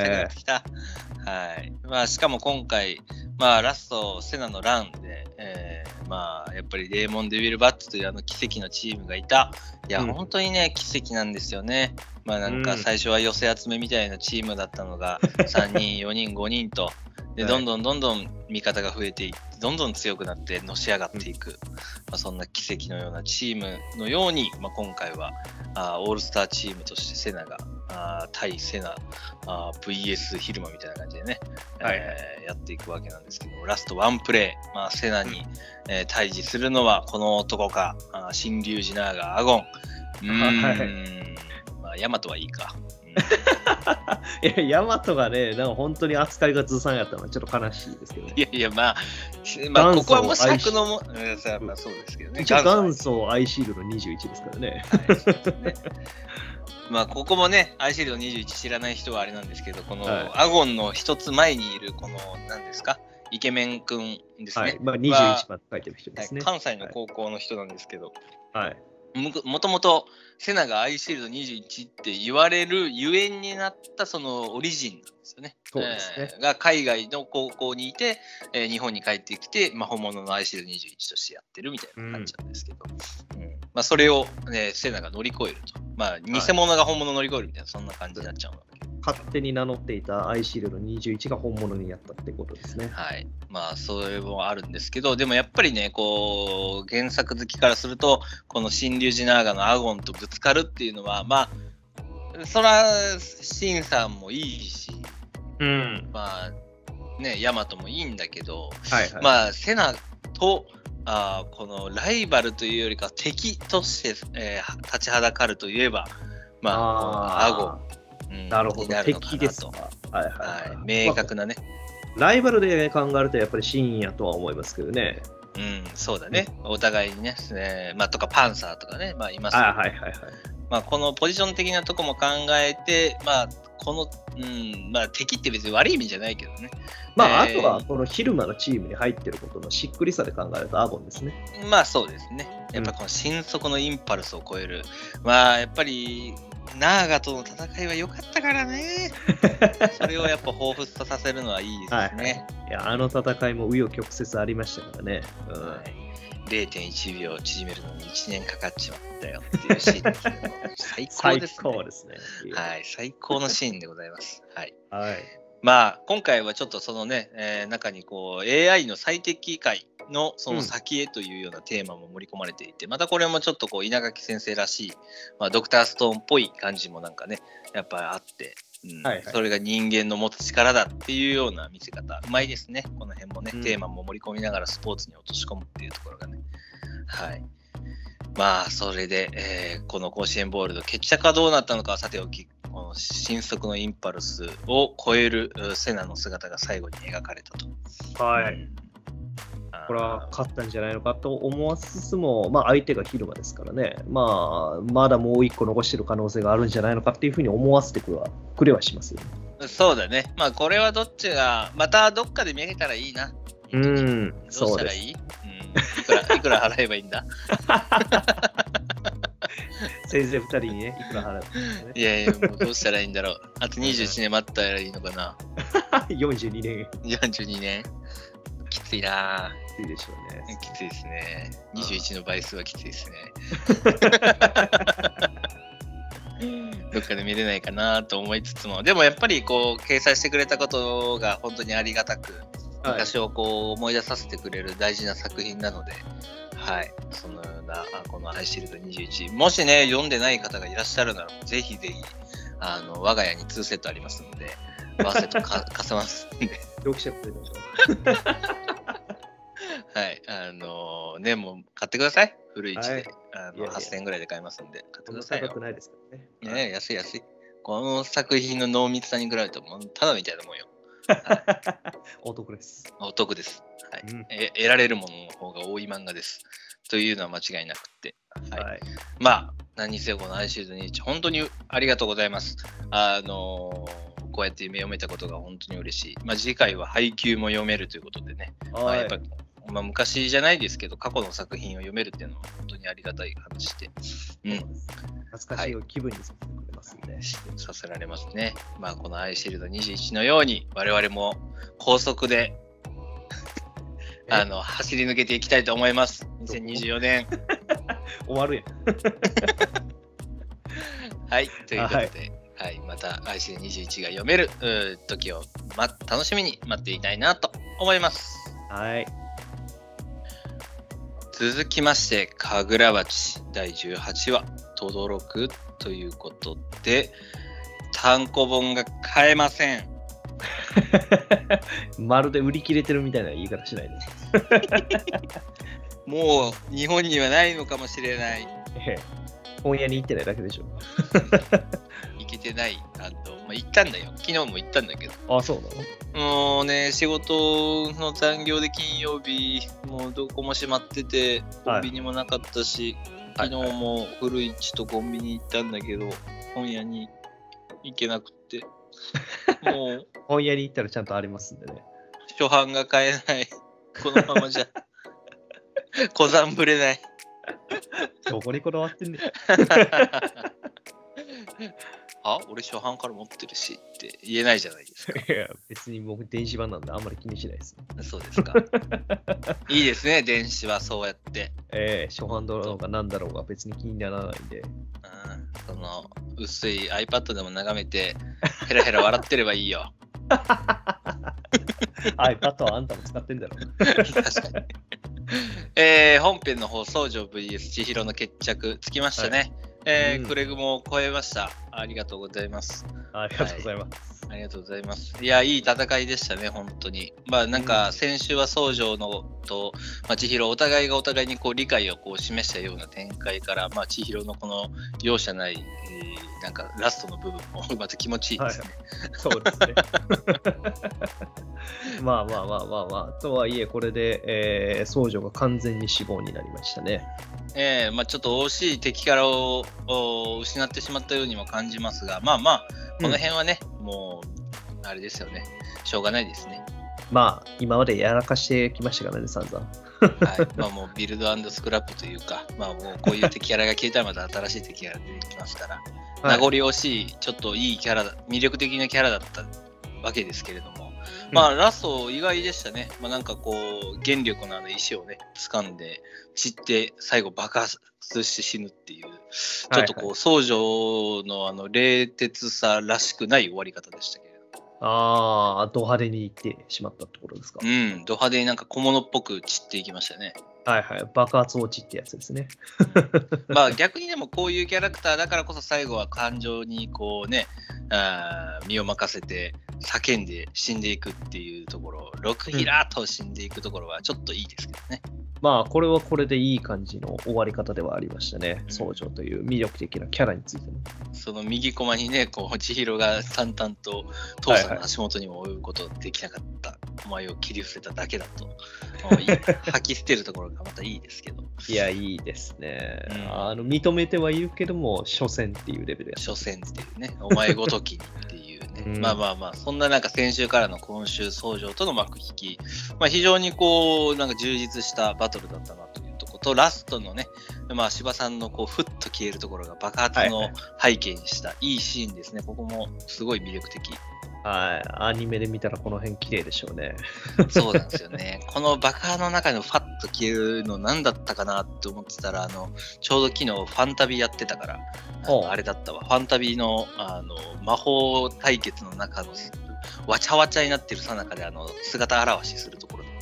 しかも今回、ラストセナのランで、やっぱりデーモンデビルバッツという奇跡のチームがいた。いや、本当にね、奇跡なんですよね。なんか最初は寄せ集めみたいなチームだったのが、3人、4人、5人と、でどんどん味方が増えていって、どんどん強くなってのし上がっていく、そんな奇跡のようなチームのように、今回はオールスターチームとしてセナが対セナVS 蛭間みたいな感じでね、やっていくわけなんですけど、ラストワンプレー、セナに、対峙するのはこの男か、新龍寺ナーガーアゴン、ヤマトはいいか。 いや、ヤマトがね、なんか本当に扱いがずさんやったのはちょっと悲しいですけどね。 いや、ここはもう尺のも、そうですけどね。 一応元祖アイシールド21ですからね。 ここもね、アイシールド21知らない人はあれなんですけど、このアゴンの一つ前にいる、この、何ですか、イケメン君ですね。 21番書いてる人ですね。 関西の高校の人なんですけど、 はい。 もともとセナがアイシールド21って言われるゆえんになったそのオリジンなんですよね。 そうですね。 が海外の高校にいて、日本に帰ってきて、本物のアイシールド21としてやってるみたいな感じなんですけど、 まあ、それを、ね、セナが乗り越えると。まあ、偽物が本物を乗り越えるみたいな、そんな感じになっちゃうので。 勝手に名乗っていたアイシールド21が本物になったってことですね。 はい。まあ、それもあるんですけど、でもやっぱりね、こう、原作好きからすると、この新リュウジナーガのアゴンとぶつかるっていうのは、まあ、そら、シンさんもいいし、まあ、ね、ヤマトもいいんだけど、まあ、セナと、このライバルというよりか敵として、立ちはだかるといえば、まあ、アゴン、 なるほど、敵ですか。 明確なね。 ライバルで考えるとやっぱり深夜とは思いますけどね。 そうだね。お互いにね、まあ、とかパンサーとかね、まあいますけど、まあこのポジション的なとこも考えて、まあこの、まあ敵って別に悪い意味じゃないけどね。 まあ、あとはこの昼間のチームに入ってることのしっくりさで考えるとアゴンですね。 まあそうですね。やっぱこの心底のインパルスを超える。まあやっぱりナーガとの戦いは良かったからね。それをやっぱ彷彿とさせるのはいいですね。 いや、あの戦いも紆余曲折ありましたからね。 0.1 秒縮めるのに1年かかっちまったよっていうシーンですけど最高ですね。 最高ですね。 はい、最高のシーンでございます。はい。 はい。 まあ今回はちょっとそのね、中にこう AI の最適解のその先へというようなテーマも盛り込まれていて、またこれもちょっとこう稲垣先生らしい、まあ、ドクターストーンっぽい感じもなんかねやっぱりあって、それが人間の持つ力だっていうような見せ方うまいですね。この辺もね、テーマも盛り込みながらスポーツに落とし込むっていうところがね、はい。まあそれで、この甲子園ボールの決着はどうなったのかはさておき、この心底のインパルスを超えるセナの姿が最後に描かれたと。 はい。これは勝ったんじゃないのかと思わせつつも、まあ、相手が昼間ですからね、まあ、まだもう一個残してる可能性があるんじゃないのかっていうふうに思わせてくれはしますよね。 そうだね。まあこれはどっちがまたどっかで見れたらいいな。どうしたらいい？いくら払えばいいんだ？ 先生2人にね、いくら払う、 ね。いやいや、もうどうしたらいいんだろう。あと21年待ったらいいのかな。 42年。 42年。きついな。 きついでしょうね。 きついですね。21の倍数はきついですね。どっかで見れないかなと思いつつも、でもやっぱりこう掲載してくれたことが本当にありがたく、昔をこう思い出させてくれる大事な作品なので、はい、そのようなこのアイシールド21、もしね読んでない方がいらっしゃるならぜひぜひ我が家に2セットありますので、ワンセット貸せますんで。 読者プレゼント。 はい、ねもう買ってください。古市で、8000円ぐらいで買えますんで買ってくださいよ。 高くないですからね。 ね、安い安い。この作品の濃密さに比べるとただみたいなもんよ。 お得です。 お得です。はい。得られるものの方が多い漫画です。というのは間違いなくて。はい。まあ、何にせよこのアイシールド21、本当にありがとうございます。こうやって読めたことが本当に嬉しい。まあ、次回は配給も読めるということでね。まあ、やっぱまあ、昔じゃないですけど、過去の作品を読めるっていうのは本当にありがたい話で。 懐かしい気分にさせてくれますね。 させられますね。まあ、このアイシールド21のように、我々も高速で走り抜けていきたいと思います。2024年。 終わるやん。 はい、ということで、はい、またアイシールド21が読める時を、楽しみに待っていたいなと思います。 はい。 続きまして、かぐら鉢第18話、とどろくということで、単行本が買えません。 まるで売り切れてるみたいな言い方しないで。 もう日本にはないのかもしれない。 本屋に行ってないだけでしょ。 行けてない。行ったんだよ。昨日も行ったんだけど。 あ、そうなの？ もうね、仕事の残業で金曜日、もうどこも閉まってて、コンビニもなかったし、昨日も古市とコンビニ行ったんだけど、本屋に行けなくて、もう本屋に行ったらちゃんとありますんでね。 初版が買えない。このままじゃ小山ぶれない。 どこにこだわってんねん。 俺初版から持ってるしって言えないじゃないですか。 いや、別に僕電子版なんであんまり気にしないです。 そうですか。いいですね、電子はそうやって。 初版だろうが何だろうが別に気にならないんで。 その薄い iPad でも眺めてヘラヘラ笑ってればいいよ。 iPad はあんたも使ってんだろ。 確かに。本編の方、宗城 VS 千尋の決着つきましたね。クレグも超えました。ありがとうございます。 ありがとうございます。 ありがとうございます。いや、いい戦いでしたね、本当に。まあ、なんか、先週は宗城のと、千尋、お互いがお互いにこう理解をこう示したような展開から、千尋のこの容赦ない、なんかラストの部分もまた気持ちいいですね。 そうですね。まあ、とはいえ、これで、宗城が完全に死亡になりましたね。 ちょっと惜しい敵キャラを失ってしまったようにも感じますが、この辺はね、もう、あれですよね。しょうがないですね。 今までやらかしてきましたからね、散々。 はい。もうビルド&スクラップというか、もうこういう敵キャラが消えたらまた新しい敵キャラ出てきますから、名残惜しい、ちょっといいキャラ、魅力的なキャラだったわけですけれども、ラスト意外でしたね。なんかこう、原力の石をね、掴んで、散って、最後爆発して死ぬっていう、ちょっとこう、宗城の冷徹さらしくない終わり方でしたけれども。 ド派手にいってしまったところですか。 ド派手になんか小物っぽく散っていきましたね。 爆発落ちってやつですね。 逆にでもこういうキャラクターだからこそ最後は感情にこうね、身を任せて叫んで死んでいくっていうところ、六平と死んでいくところはちょっといいですけどね。 これはこれでいい感じの終わり方ではありましたね。宗城という魅力的なキャラについても。 その右コマにね、こう千尋が淡々と父さんの足元にも及ぶことできなかった、お前を切り伏せただけだと吐き捨てるところがまたいいですけど。 いや、いいですね。認めてはいるけども、所詮っていうレベル所詮っていうね、お前ごときにっていうね。そんななんか先週からの今週宗城との幕引き、非常にこうなんか充実したバトルだったなというところと、ラストのね、柴さんのこうふっと消えるところが爆発の背景にしたいいシーンですね。ここもすごい魅力的。 アニメで見たらこの辺綺麗でしょうね。 そうなんですよね。この爆破の中のファッと消えるの何だったかなって思ってたら、ちょうど昨日ファンタビやってたから、あれだったわ。ファンタビの、魔法対決の中のわちゃわちゃになってるさなかで姿現しするところだった。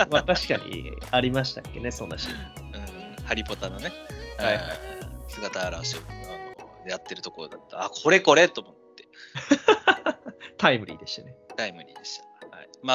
確かにありましたっけね、そんなシーン。 ハリポタのね、姿現しをやってるところだった。これと思って。 タイムリーでしたね。 タイムリーでした。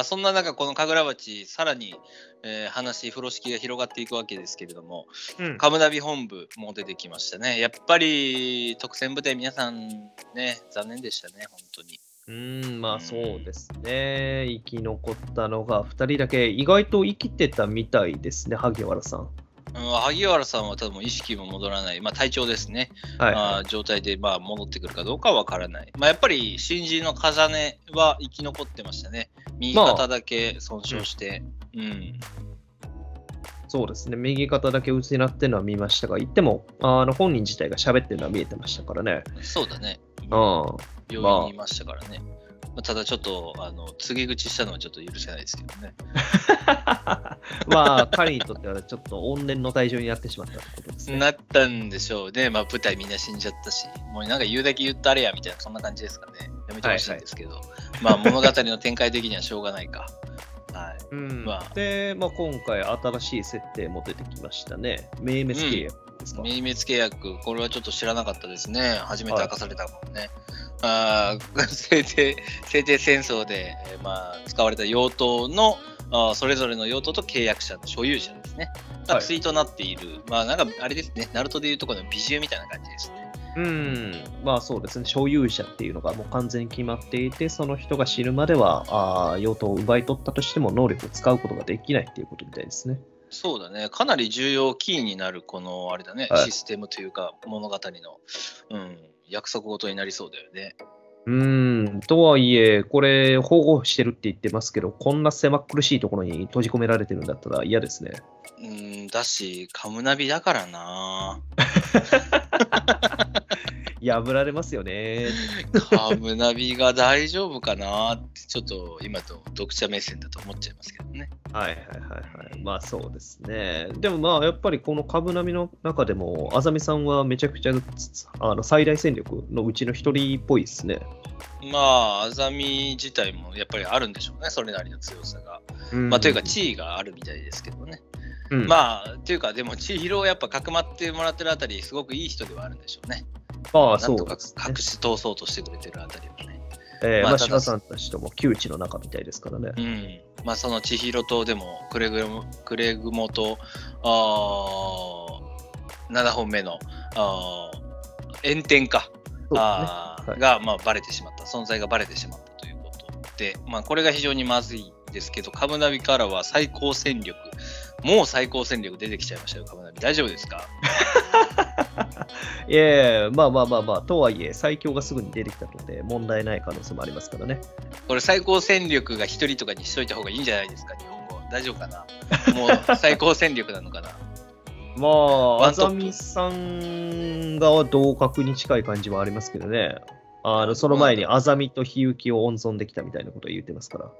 そんな中、この神楽鉢、さらに、風呂敷が広がっていくわけですけれども、カムナビ本部も出てきましたね。やっぱり特選部隊、皆さんね、残念でしたね、本当に。 そうですね。生き残ったのが2人だけ、意外と生きてたみたいですね、萩原さん。 萩原さんは多分意識も戻らない、体調ですね、状態で戻ってくるかどうかは分からない。やっぱり新人の風根は生き残ってましたね。右肩だけ損傷して。 そうですね、右肩だけ失ってるのは見ましたが、言っても本人自体が喋ってるのは見えてましたからね。 そうだね。病院にいましたからね。ただちょっと告げ口したのはちょっと許せないですけどね。 彼にとってはちょっと怨念の対象になってしまったってことですね。 なったんでしょうね。舞台みんな死んじゃったし、もうなんか言うだけ言ったあれやみたいな、そんな感じですかね。やめてほしいんですけど、物語の展開的にはしょうがないか。 で、今回新しい設定も出てきましたね。明滅契約ですか。 明滅契約、これはちょっと知らなかったですね。初めて明かされたもんね。制定戦争で、使われた用途のそれぞれの用途と契約者の所有者ですね。対となっている、なんかあれですね、ナルトでいうところの美獣みたいな感じですね。 そうですね、所有者っていうのがもう完全に決まっていて、その人が死ぬまでは用途を奪い取ったとしても能力を使うことができないっていうことみたいですね。 そうだね、かなり重要キーになるこのあれだね、システムというか物語の、約束事になりそうだよね。 とはいえ、これ保護してるって言ってますけど、こんな狭苦しいところに閉じ込められてるんだったら嫌ですね。 だし、カムナビだからな。 破られますよね。 カムナビが大丈夫かなって、ちょっと今と読者目線だと思っちゃいますけどね。 はいはいはいはい。まあそうですね。でもまあやっぱりこの株波の中でも、あざみさんはめちゃくちゃ最大戦力のうちの一人っぽいですね。 まあ、あざみ自体もやっぱりあるんでしょうね、それなりの強さが。まあ、というか、地位があるみたいですけどね。まあ、というか、でも、千尋をやっぱかくまってもらってるあたり、すごくいい人ではあるんでしょうね。なんとか隠し通そうとしてくれてるあたりはね。 まあ、柴さんたちとも窮地の中みたいですからね。 まあ、その千尋とでも、くれぐもと、7本目の炎天下が、まあ、バレてしまった、存在がバレてしまったということで、まあ、これが非常にまずいですけど、カムナビからは最高戦力、もう最高戦力出てきちゃいましたよ、カムナビ。大丈夫ですか？ いやまあ、とはいえ、最強がすぐに出てきたので、問題ない可能性もありますからね。 これ、最高戦力が1人とかにしといた方がいいんじゃないですか、日本語。大丈夫かな？もう最高戦力なのかな？ まあ、あざみさんが同格に近い感じはありますけどね。その前にあざみとひゆきを温存できたみたいなことを言ってますから。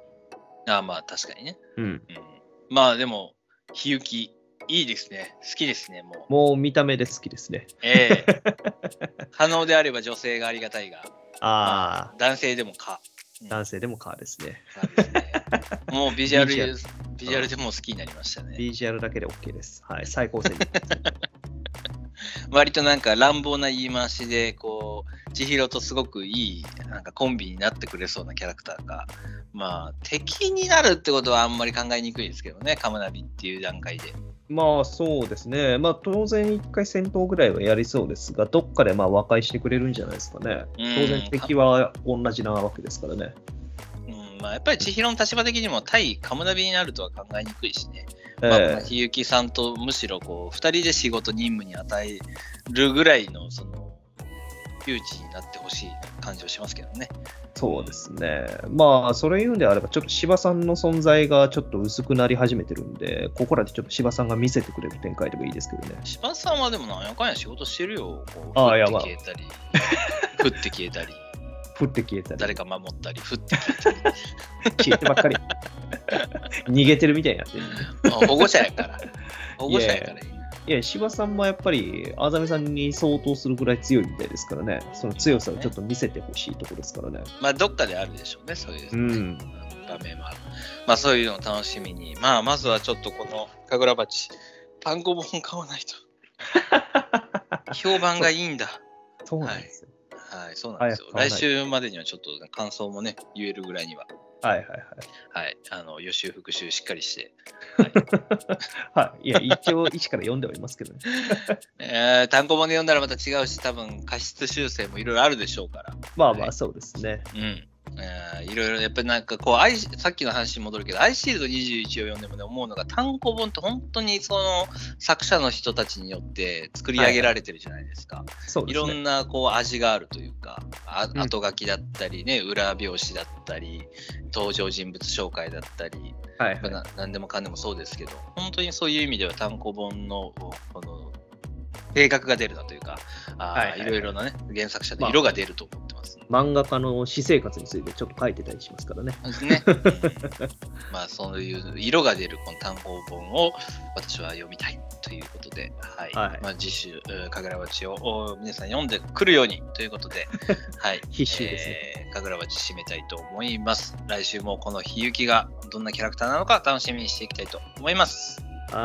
まあ、確かにね。まあ、でも、ひゆき、いいですね。好きですね、 もう見た目で好きですね。 可能であれば女性がありがたいが、まあ、男性でも男性でもですね。 もうビジュアルでも好きになりましたね。 ビジュアルだけで OK です。はい、最高戦力。 割となんか乱暴な言い回しで、こう、千尋とすごくいいなんかコンビになってくれそうなキャラクターが、まあ、敵になるってことはあんまり考えにくいですけどね、カムナビっていう段階で。 まあそうですね。まあ当然1回戦闘ぐらいはやりそうですが、どっかでまあ和解してくれるんじゃないですかね。当然敵は同じなわけですからね。 まあ、やっぱり千尋の立場的にも対カムナビになるとは考えにくいしね。ひゆきさんとむしろこう2人で仕事任務に与えるぐらいのその窮地になってほしい感じはしますけどね。 そうですね。まあそれ言うんであればちょっと柴さんの存在がちょっと薄くなり始めてるんで、ここらでちょっと柴さんが見せてくれる展開でもいいですけどね。 柴さんはでもなんやかんや仕事してるよ。こう降って消えたり、降って消えたり。 降って消えたり。 誰か守ったり、降って消えたり。 消えてばっかり。逃げてるみたいになってる。 保護者やから。保護者やからいい。 いや、柴さんもやっぱり、あざみさんに相当するぐらい強いみたいですからね。その強さをちょっと見せてほしいところですからね。 まあ、どっかであるでしょうね、そういう、場面は。まあ、そういうのを楽しみに。まあ、まずはちょっとこの、神楽鉢、単行本買わないと。評判がいいんだ。 そうなんですよ。 はい、そうなんですよ。来週までにはちょっと感想もね、言えるぐらいには。はい、予習復習しっかりして。 はい。いや、一応、一から読んではいますけどね。単行本で読んだらまた違うし、多分、過失修正もいろいろあるでしょうから。 まあまあ、そうですね。 いろいろやっぱりなんかこうさっきの話に戻るけど、アイシールド21を読んでもね思うのが、単行本って本当にその作者の人たちによって作り上げられてるじゃないですか。いろんなこう味があるというか、後書きだったりね、裏表紙だったり、登場人物紹介だったり、何でもかんでもそうですけど、本当にそういう意味では単行本のこの性格が出るなというか、いろいろなね原作者の色が出ると思ってます。 漫画家の私生活についてちょっと書いてたりしますからね。 まあそういう色が出るこの単行本を私は読みたいということで、まあ次週神楽鉢を皆さん読んでくるようにということで、 必修ですね。 神楽鉢締めたいと思います。来週もこのひゆきがどんなキャラクターなのか楽しみにしていきたいと思います。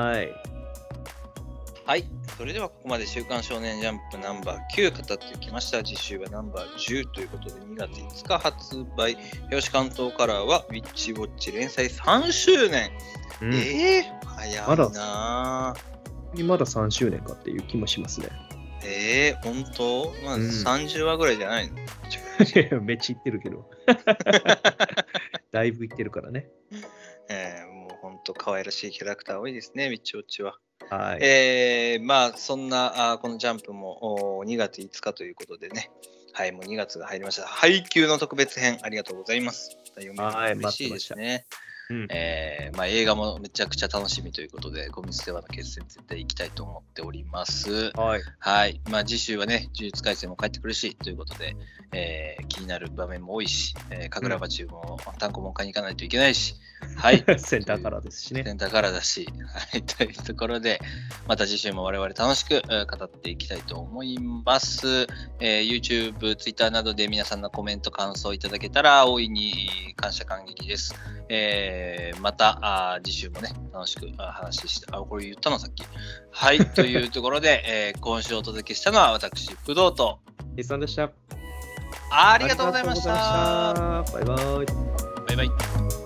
はい。それではここまで週刊少年ジャンプナンバー9語ってきました。次週はナンバー10ということで2月5日発売。表紙関東カラーはウィッチウォッチ連載3周年。早いなぁ。まだ3周年かっていう気もしますね。 本当？まあ30話ぐらいじゃないの？ めっちゃ言ってるけど。だいぶ言ってるからね。 もう本当可愛らしいキャラクター多いですね、ウィッチウォッチは。まあそんなこのジャンプも2月5日ということでね、もう2月が入りました。配給の特別編ありがとうございます。読めるの嬉しいですね。 まあ、映画もめちゃくちゃ楽しみということで、ゴミ捨て場の決戦絶対行きたいと思っております。 はい。 はい。まあ、次週はね、呪術廻戦も帰ってくるし、ということで、気になる場面も多いし、神楽鉢も単行本買いに行かないといけないし、はい。 センターカラーですしね。 センターカラーだし、はい。というところで、また次週も我々楽しく語っていきたいと思います。YouTube、Twitter などで皆さんのコメント、感想いただけたら大いに感謝感激です。また次週もね、楽しく話して、これ言ったのさっき。はい。というところで、今週お届けしたのは私、不動と、 イさんでした。 ありがとうございました。 バイバイ。 バイバイ。